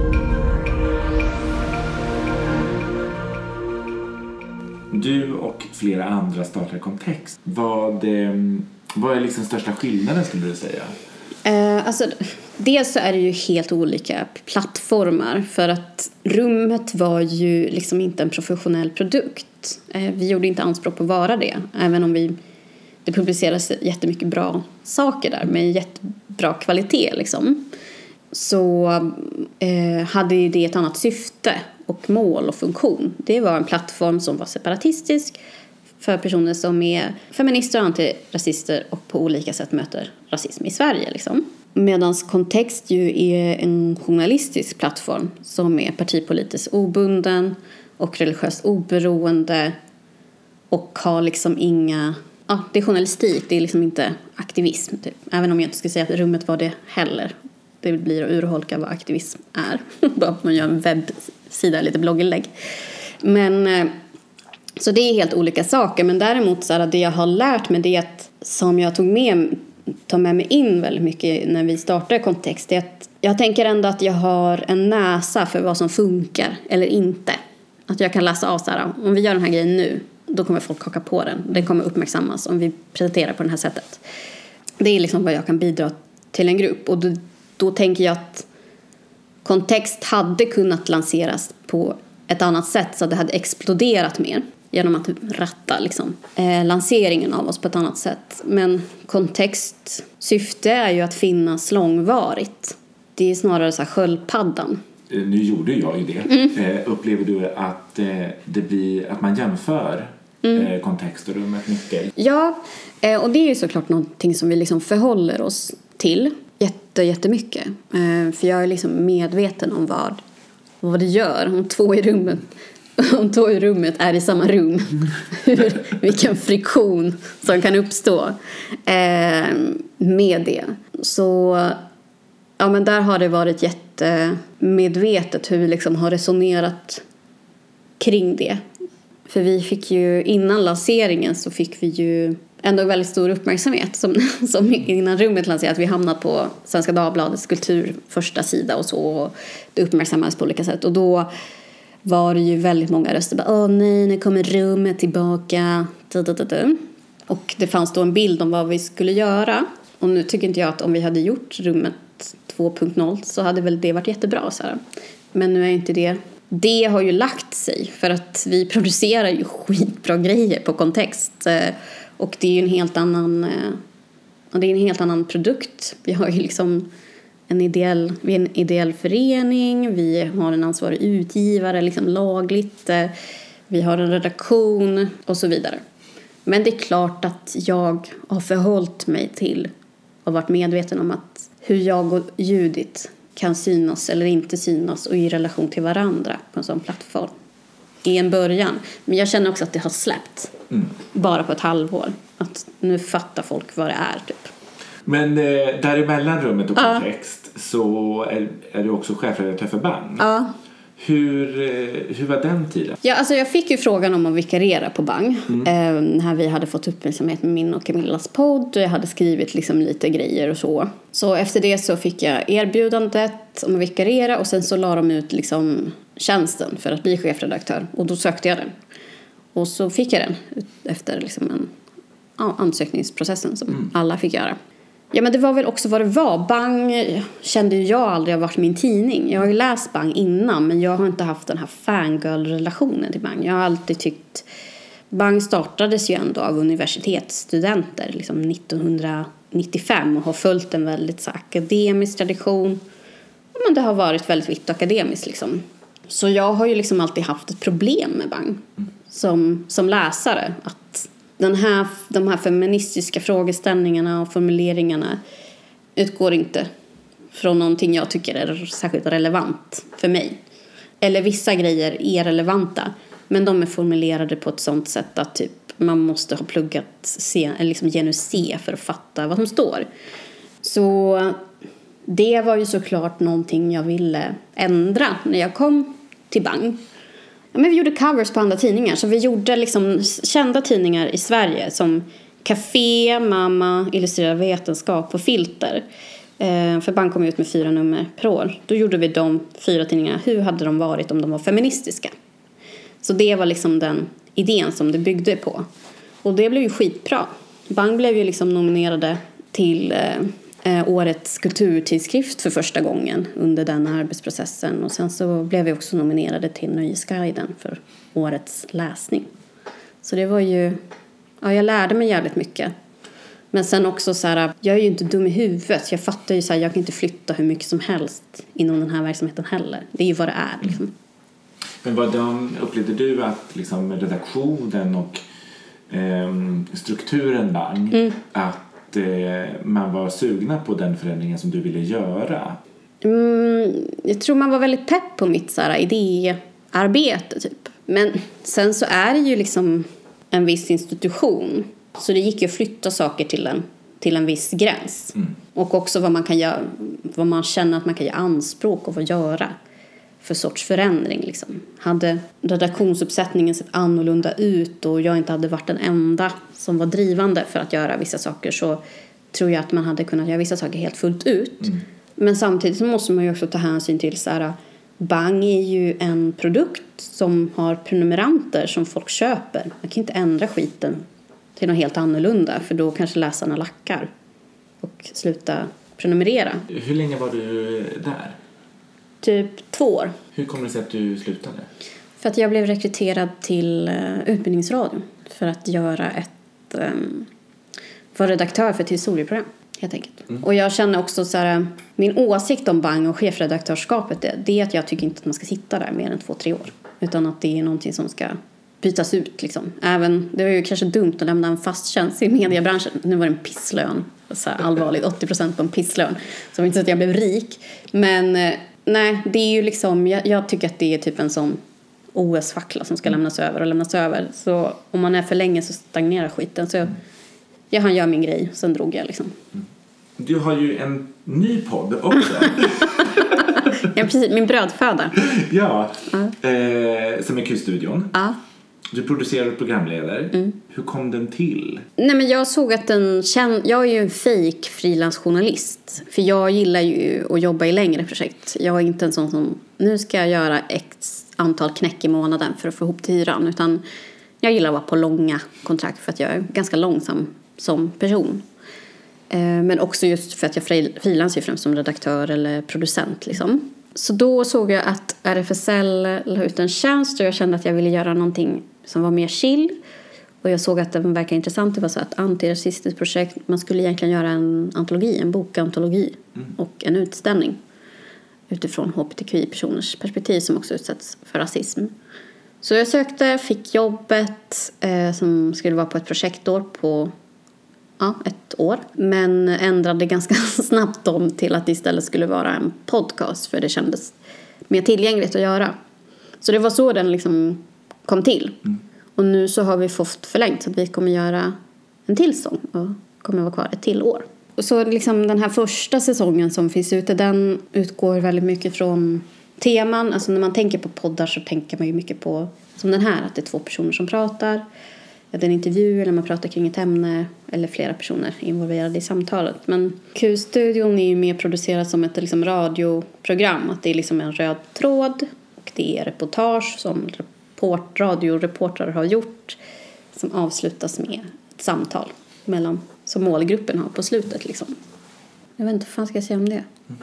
Du och flera andra startar Kontext. Vad är liksom största skillnaden skulle du säga? Alltså, dels så är det ju helt olika plattformar. För att rummet var ju liksom inte en professionell produkt. Vi gjorde inte anspråk på att vara det. Även om det publiceras jättemycket bra saker där med jättebra kvalitet liksom. Så hade det ett annat syfte och mål och funktion. Det var en plattform som var separatistisk för personer som är feminister och antirasister och på olika sätt möter rasism i Sverige liksom. Medan Kontext ju är en journalistisk plattform som är partipolitiskt obunden och religiöst oberoende och har liksom det är journalistik, det är liksom inte aktivism typ. Även om jag inte ska säga att rummet var det heller. Det blir att urholka vad aktivism är. Bara att man gör en webbsida, lite blogginlägg. Men så det är helt olika saker. Men däremot så det jag har lärt mig, det att som jag tar med mig in väldigt mycket när vi startar Kontext, är att jag tänker ändå att jag har en näsa för vad som funkar eller inte. Att jag kan läsa av om vi gör den här grejen nu, då kommer folk haka på den. Den kommer uppmärksammas om vi presenterar på det här sättet. Det är liksom vad jag kan bidra till en grupp. Och då tänker jag att Kontext hade kunnat lanseras på ett annat sätt så att det hade exploderat mer genom att ratta liksom, lanseringen av oss på ett annat sätt. Men kontextsyfte är ju att finnas långvarigt. Det är snarare så här sköldpaddan. Nu gjorde jag ju det. Upplever du att det blir att man jämför kontext och rummet mycket? Ja, och det är ju såklart någonting som vi liksom förhåller oss till jättemycket. För jag är liksom medveten om vad det gör om två i rummet är i samma rum. Vilken friktion som kan uppstå med det. Så ja, men där har det varit jättemedvetet hur vi liksom har resonerat kring det. För vi fick ju innan lanseringen så fick vi ju ändå väldigt stor uppmärksamhet som innan rummet lanserades. Vi hamnade på Svenska Dagbladets kultur första sida och så, och det uppmärksammades på olika sätt. Och då var det ju väldigt många röster bara, åh nej, nu kommer rummet tillbaka. Och det fanns då en bild om vad vi skulle göra. Och nu tycker inte jag att om vi hade gjort rummet 2.0 så hade väl det varit jättebra så här. Men nu är inte det. Det har ju lagt sig för att vi producerar ju skitbra grejer på kontext. Och det är ju en helt annan produkt. Vi har ju liksom vi är en ideell förening, vi har en ansvarig utgivare liksom lagligt, vi har en redaktion och så vidare. Men det är klart att jag har förhållit mig till och varit medveten om att hur jag och Judith kan synas eller inte synas och i relation till varandra på en sån plattform i en början. Men jag känner också att det har släppt bara på ett halvår. Att nu fattar folk vad det är typ. Men däremellan rummet och kontext så är du också chefredaktör för Bang. Ja. Hur var den tiden? Ja, alltså jag fick ju frågan om att vikariera på Bang. När vi hade fått uppmärksamhet med min och Camillas podd. Och jag hade skrivit liksom lite grejer och så. Så efter det så fick jag erbjudandet om att vikariera. Och sen så la de ut liksom tjänsten för att bli chefredaktör. Och då sökte jag den. Och så fick jag den efter liksom ansökningsprocessen som alla fick göra. Ja, men det var väl också vad det var. Bang kände ju jag aldrig har varit min tidning. Jag har ju läst Bang innan, men jag har inte haft den här fangirl-relationen till Bang. Jag har alltid tyckt... Bang startades ju ändå av universitetsstudenter liksom 1995 och har följt en väldigt så akademisk tradition. Men det har varit väldigt vitt akademiskt liksom. Så jag har ju liksom alltid haft ett problem med Bang som läsare. Att de här feministiska frågeställningarna och formuleringarna utgår inte från någonting jag tycker är särskilt relevant för mig. Eller vissa grejer är relevanta, men de är formulerade på ett sånt sätt att typ man måste ha pluggat liksom genus C för att fatta vad som står. Så det var ju såklart någonting jag ville ändra när jag kom till Bang. Ja, men vi gjorde covers på andra tidningar. Så vi gjorde liksom kända tidningar i Sverige som Café, Mamma, Illustrerad vetenskap och Filter. För Bang kom ut med 4 nummer per år. Då gjorde vi de 4 tidningarna. Hur hade de varit om de var feministiska? Så det var liksom den idén som det byggde på. Och det blev ju skitbra. Bang blev ju liksom nominerade till årets kulturtidskrift för första gången under den arbetsprocessen. Och sen så blev vi också nominerade till Nöjesguiden för årets läsning. Så det var ju... Ja, jag lärde mig jävligt mycket. Men sen också så här, jag är ju inte dum i huvudet. Jag fattar ju så här, jag kan inte flytta hur mycket som helst inom den här verksamheten heller. Det är ju vad det är liksom. Men upplevde du att liksom redaktionen och strukturen Bang att man var sugna på den förändringen som du ville göra? Jag tror man var väldigt pepp på mitt så här, idéarbete typ. Men sen så är det ju liksom en viss institution. Så det gick ju att flytta saker till en viss gräns. Och också vad man kan göra, vad man känner att man kan göra anspråk och göra för sorts förändring liksom. Hade redaktionsuppsättningen sett annorlunda ut och jag inte hade varit den enda som var drivande för att göra vissa saker, så tror jag att man hade kunnat göra vissa saker helt fullt ut. Men samtidigt så måste man ju också ta hänsyn till så här, Bang är ju en produkt som har prenumeranter som folk köper. Man kan inte ändra skiten till något helt annorlunda, för då kanske läsarna lackar och slutar prenumerera. Hur länge var du där? Typ 2 år. Hur kommer det sig att du slutade? För att jag blev rekryterad till Utbildningsradion för att göra vara redaktör för ett historieprogram, helt enkelt. Och jag känner också så här, min åsikt om Bang och chefredaktörskapet det är att jag tycker inte att man ska sitta där mer än 2-3 år. Utan att det är någonting som ska bytas ut liksom. Även, det var ju kanske dumt att lämna en fast tjänst i mediebranschen. Nu var det en pisslön. Så här allvarligt, 80% på en pisslön. Så inte så att jag blev rik. Men nej, det är ju liksom, jag tycker att det är typ en sån OS-fackla som ska lämnas över. Så om man är för länge så stagnerar skiten. Så han gör min grej, sen drog jag liksom. Du har ju en ny podd också. Ja, precis, min brödföda. Ja, som är Q-studion. Ja. Du producerar och programleder. Hur kom den till? Nej, men jag såg att jag är ju en fake frilansjournalist. För jag gillar ju att jobba i längre projekt. Jag är inte en sån som, nu ska jag göra x antal knäck i månaden för att få ihop till hyran. Utan jag gillar att vara på långa kontrakt för att jag är ganska långsam som person. Men också just för att jag frilansar främst som redaktör eller producent liksom. Så då såg jag att RFSL la ut en tjänst och jag kände att jag ville göra någonting som var mer chill. Och jag såg att det verkade intressant. Det var så att antirasistiskt projekt, man skulle egentligen göra en antologi, en bokantologi och en utställning utifrån hbtqi-personers perspektiv som också utsätts för rasism. Så jag sökte, fick jobbet som skulle vara på ett projektår på 1 år. Men ändrade ganska snabbt om till att det istället skulle vara en podcast. För det kändes mer tillgängligt att göra. Så det var så den liksom kom till. Och nu så har vi fått förlängt så att vi kommer göra en till säsong. Och kommer vara kvar ett till år. Och så liksom den här första säsongen som finns ute, den utgår väldigt mycket från teman. Alltså när man tänker på poddar så tänker man ju mycket på, som den här, att det är 2 personer som pratar. Det är en intervju eller man pratar kring ett ämne eller flera personer involverade i samtalet. Men Q-studion är ju mer producerad som ett liksom radioprogram. Att det är liksom en röd tråd och det är reportage som radioreportrar har gjort som avslutas med ett samtal mellan, som målgruppen har på slutet liksom. Jag vet inte vad fan ska jag säga om det.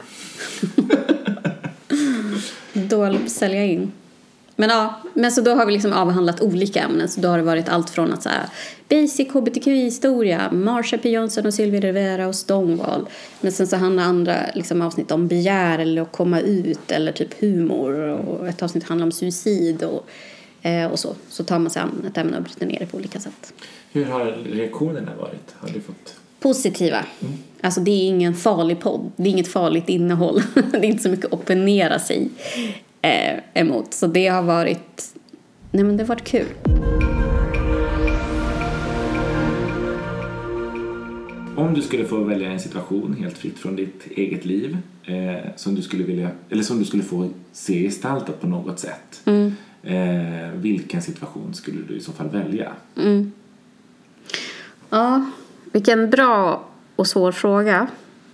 Dåligt att sälja in. Men så då har vi liksom avhandlat olika ämnen. Så då har det varit allt från att så här, basic hbtqi-historia, Marsha P. Johnson och Sylvia Rivera och Stonewall. Men sen så handlar andra liksom avsnitt om begär eller att komma ut eller typ humor. Och ett avsnitt handlar om suicid och så. Så tar man sig an ett ämne och bryter ner det på olika sätt. Hur har reaktionerna varit? Har du fått... Positiva. Alltså det är ingen farlig podd. Det är inget farligt innehåll. Det är inte så mycket att opponera sig emot. Så det har varit... Nej, men det har varit kul. Om du skulle få välja en situation helt fritt från ditt eget liv som du skulle vilja, eller som du skulle få se gestaltat på något sätt. Vilken situation skulle du i så fall välja? Ja, vilken bra och svår fråga.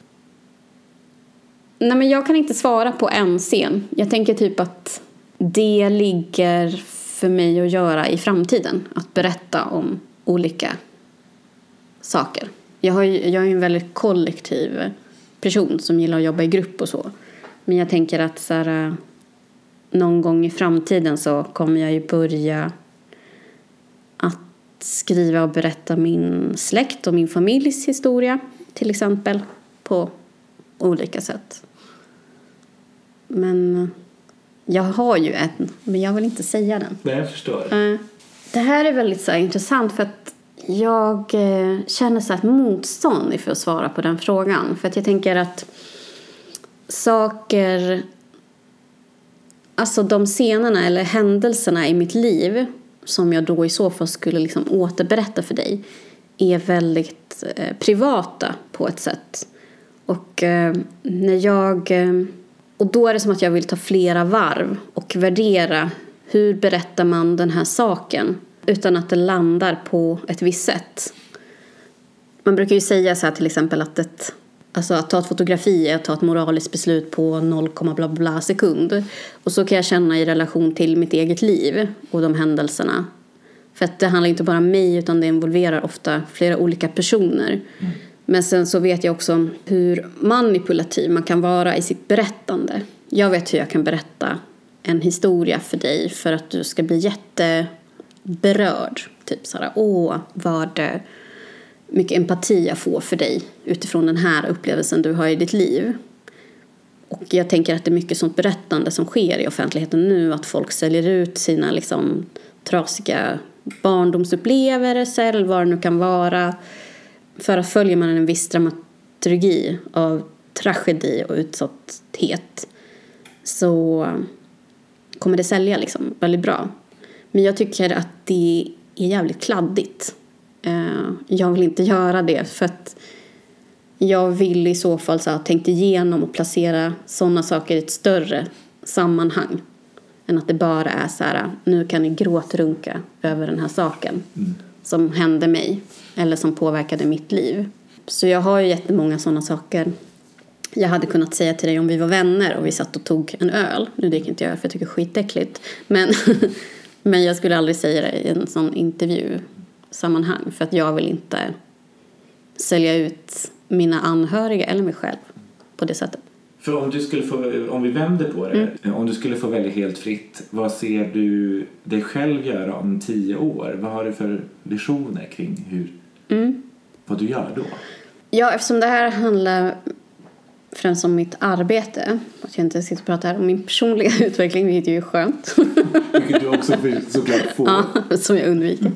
Nej, men jag kan inte svara på en scen. Jag tänker typ att det ligger för mig att göra i framtiden. Att berätta om olika saker. Jag är en väldigt kollektiv person som gillar att jobba i grupp och så. Men jag tänker att så här, någon gång i framtiden så kommer jag ju börja att skriva och berätta min släkt och min familjs historia till exempel på olika sätt. Men jag har ju en, men jag vill inte säga den. Nej, jag förstår. Det här är väldigt så här intressant för att jag känner så ett motstånd för att svara på den frågan. För att jag tänker att saker, alltså de scenerna eller händelserna i mitt liv som jag då i så fall skulle liksom återberätta för dig är väldigt privata på ett sätt. Och och då är det som att jag vill ta flera varv och värdera hur berättar man den här saken utan att det landar på ett visst sätt. Man brukar ju säga så här till exempel att att ta ett fotografi är att ta ett moraliskt beslut på 0, bla bla sekund. Och så kan jag känna i relation till mitt eget liv och de händelserna. För att det handlar inte bara om mig utan det involverar ofta flera olika personer. Men sen så vet jag också hur manipulativ man kan vara i sitt berättande. Jag vet hur jag kan berätta en historia för dig för att du ska bli jätteberörd. Typ så här, vad mycket empati jag får för dig utifrån den här upplevelsen du har i ditt liv. Och jag tänker att det är mycket sånt berättande som sker i offentligheten nu. Att folk säljer ut sina liksom trasiga barndomsupplevelser eller vad det nu kan vara. För att följer man en viss dramaturgi av tragedi och utsatthet så kommer det sälja liksom väldigt bra. Men jag tycker att det är jävligt kladdigt. Jag vill inte göra det för att jag vill i så fall så ha tänkt igenom och placera sådana saker i ett större sammanhang. Än att det bara är så här, nu kan ni gråtrunka över den här saken som hände mig eller som påverkade mitt liv. Så jag har ju jättemånga sådana saker. Jag hade kunnat säga till dig om vi var vänner och vi satt och tog en öl. Nu det kan inte jag för jag tycker det är skitäckligt. Men jag skulle aldrig säga det i en sån intervjusammanhang. För att jag vill inte sälja ut mina anhöriga eller mig själv på det sättet. För om vi vänder på det, om du skulle få välja helt fritt, vad ser du dig själv göra om 10 år? Vad har du för visioner kring vad du gör då? Ja, eftersom det här handlar främst om mitt arbete, att jag inte sitter och pratar om min personliga utveckling, vilket är ju skönt. Vilket du också såklart får. Ja, som jag undviker.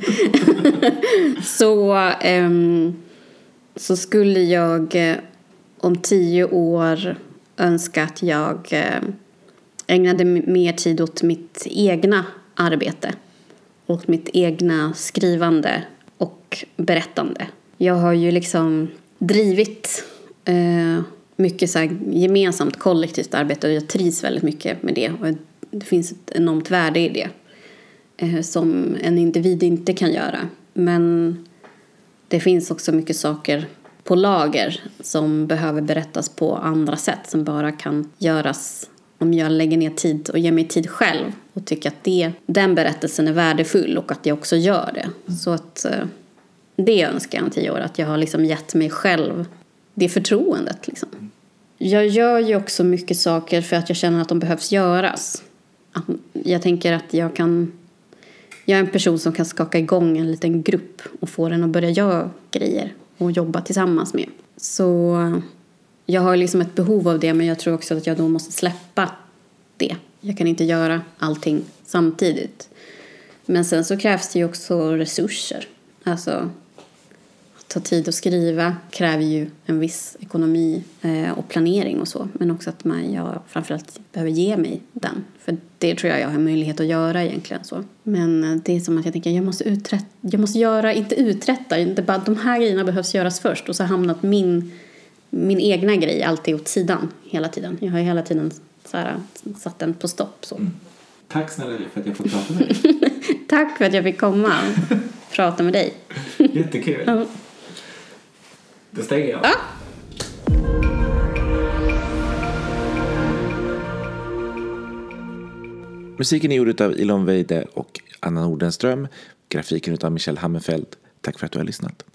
Så skulle jag om 10 år önska att jag ägnade mer tid åt mitt egna arbete. Åt mitt egna skrivande och berättande. Jag har ju liksom drivit mycket så här gemensamt kollektivt arbete och jag trivs väldigt mycket med det. Och det finns ett enormt värde i det som en individ inte kan göra. Men det finns också mycket saker på lager som behöver berättas på andra sätt. Som bara kan göras om jag lägger ner tid och ger mig tid själv. Och tycker att den berättelsen är värdefull och att jag också gör det. Så att det önskar jag om 10 år. Att jag har liksom gett mig själv det förtroendet liksom. Jag gör ju också mycket saker för att jag känner att de behövs göras. Jag tänker att jag är en person som kan skaka igång en liten grupp och få den att börja göra grejer och jobba tillsammans med. Så jag har liksom ett behov av det, men jag tror också att jag då måste släppa det. Jag kan inte göra allting samtidigt. Men sen så krävs det ju också resurser. Alltså att ta tid att skriva kräver ju en viss ekonomi och planering och så. Men också att jag framförallt behöver ge mig den. För det tror jag har möjlighet att göra egentligen så. Men det är som att jag tänker jag måste göra, inte uträtta. Inte bara de här grejerna behövs göras först. Och så hamnat min egna grej alltid åt sidan hela tiden. Jag har hela tiden så här, satt den på stopp så. Tack snälla för att jag får prata med dig. Tack för att jag fick komma och prata med dig. Jättekul. Ja. Det stänger jag. Ja. Musiken är gjord av Ilon Weide och Anna Nordenström. Grafiken av Michelle Hammerfeld. Tack för att du har lyssnat.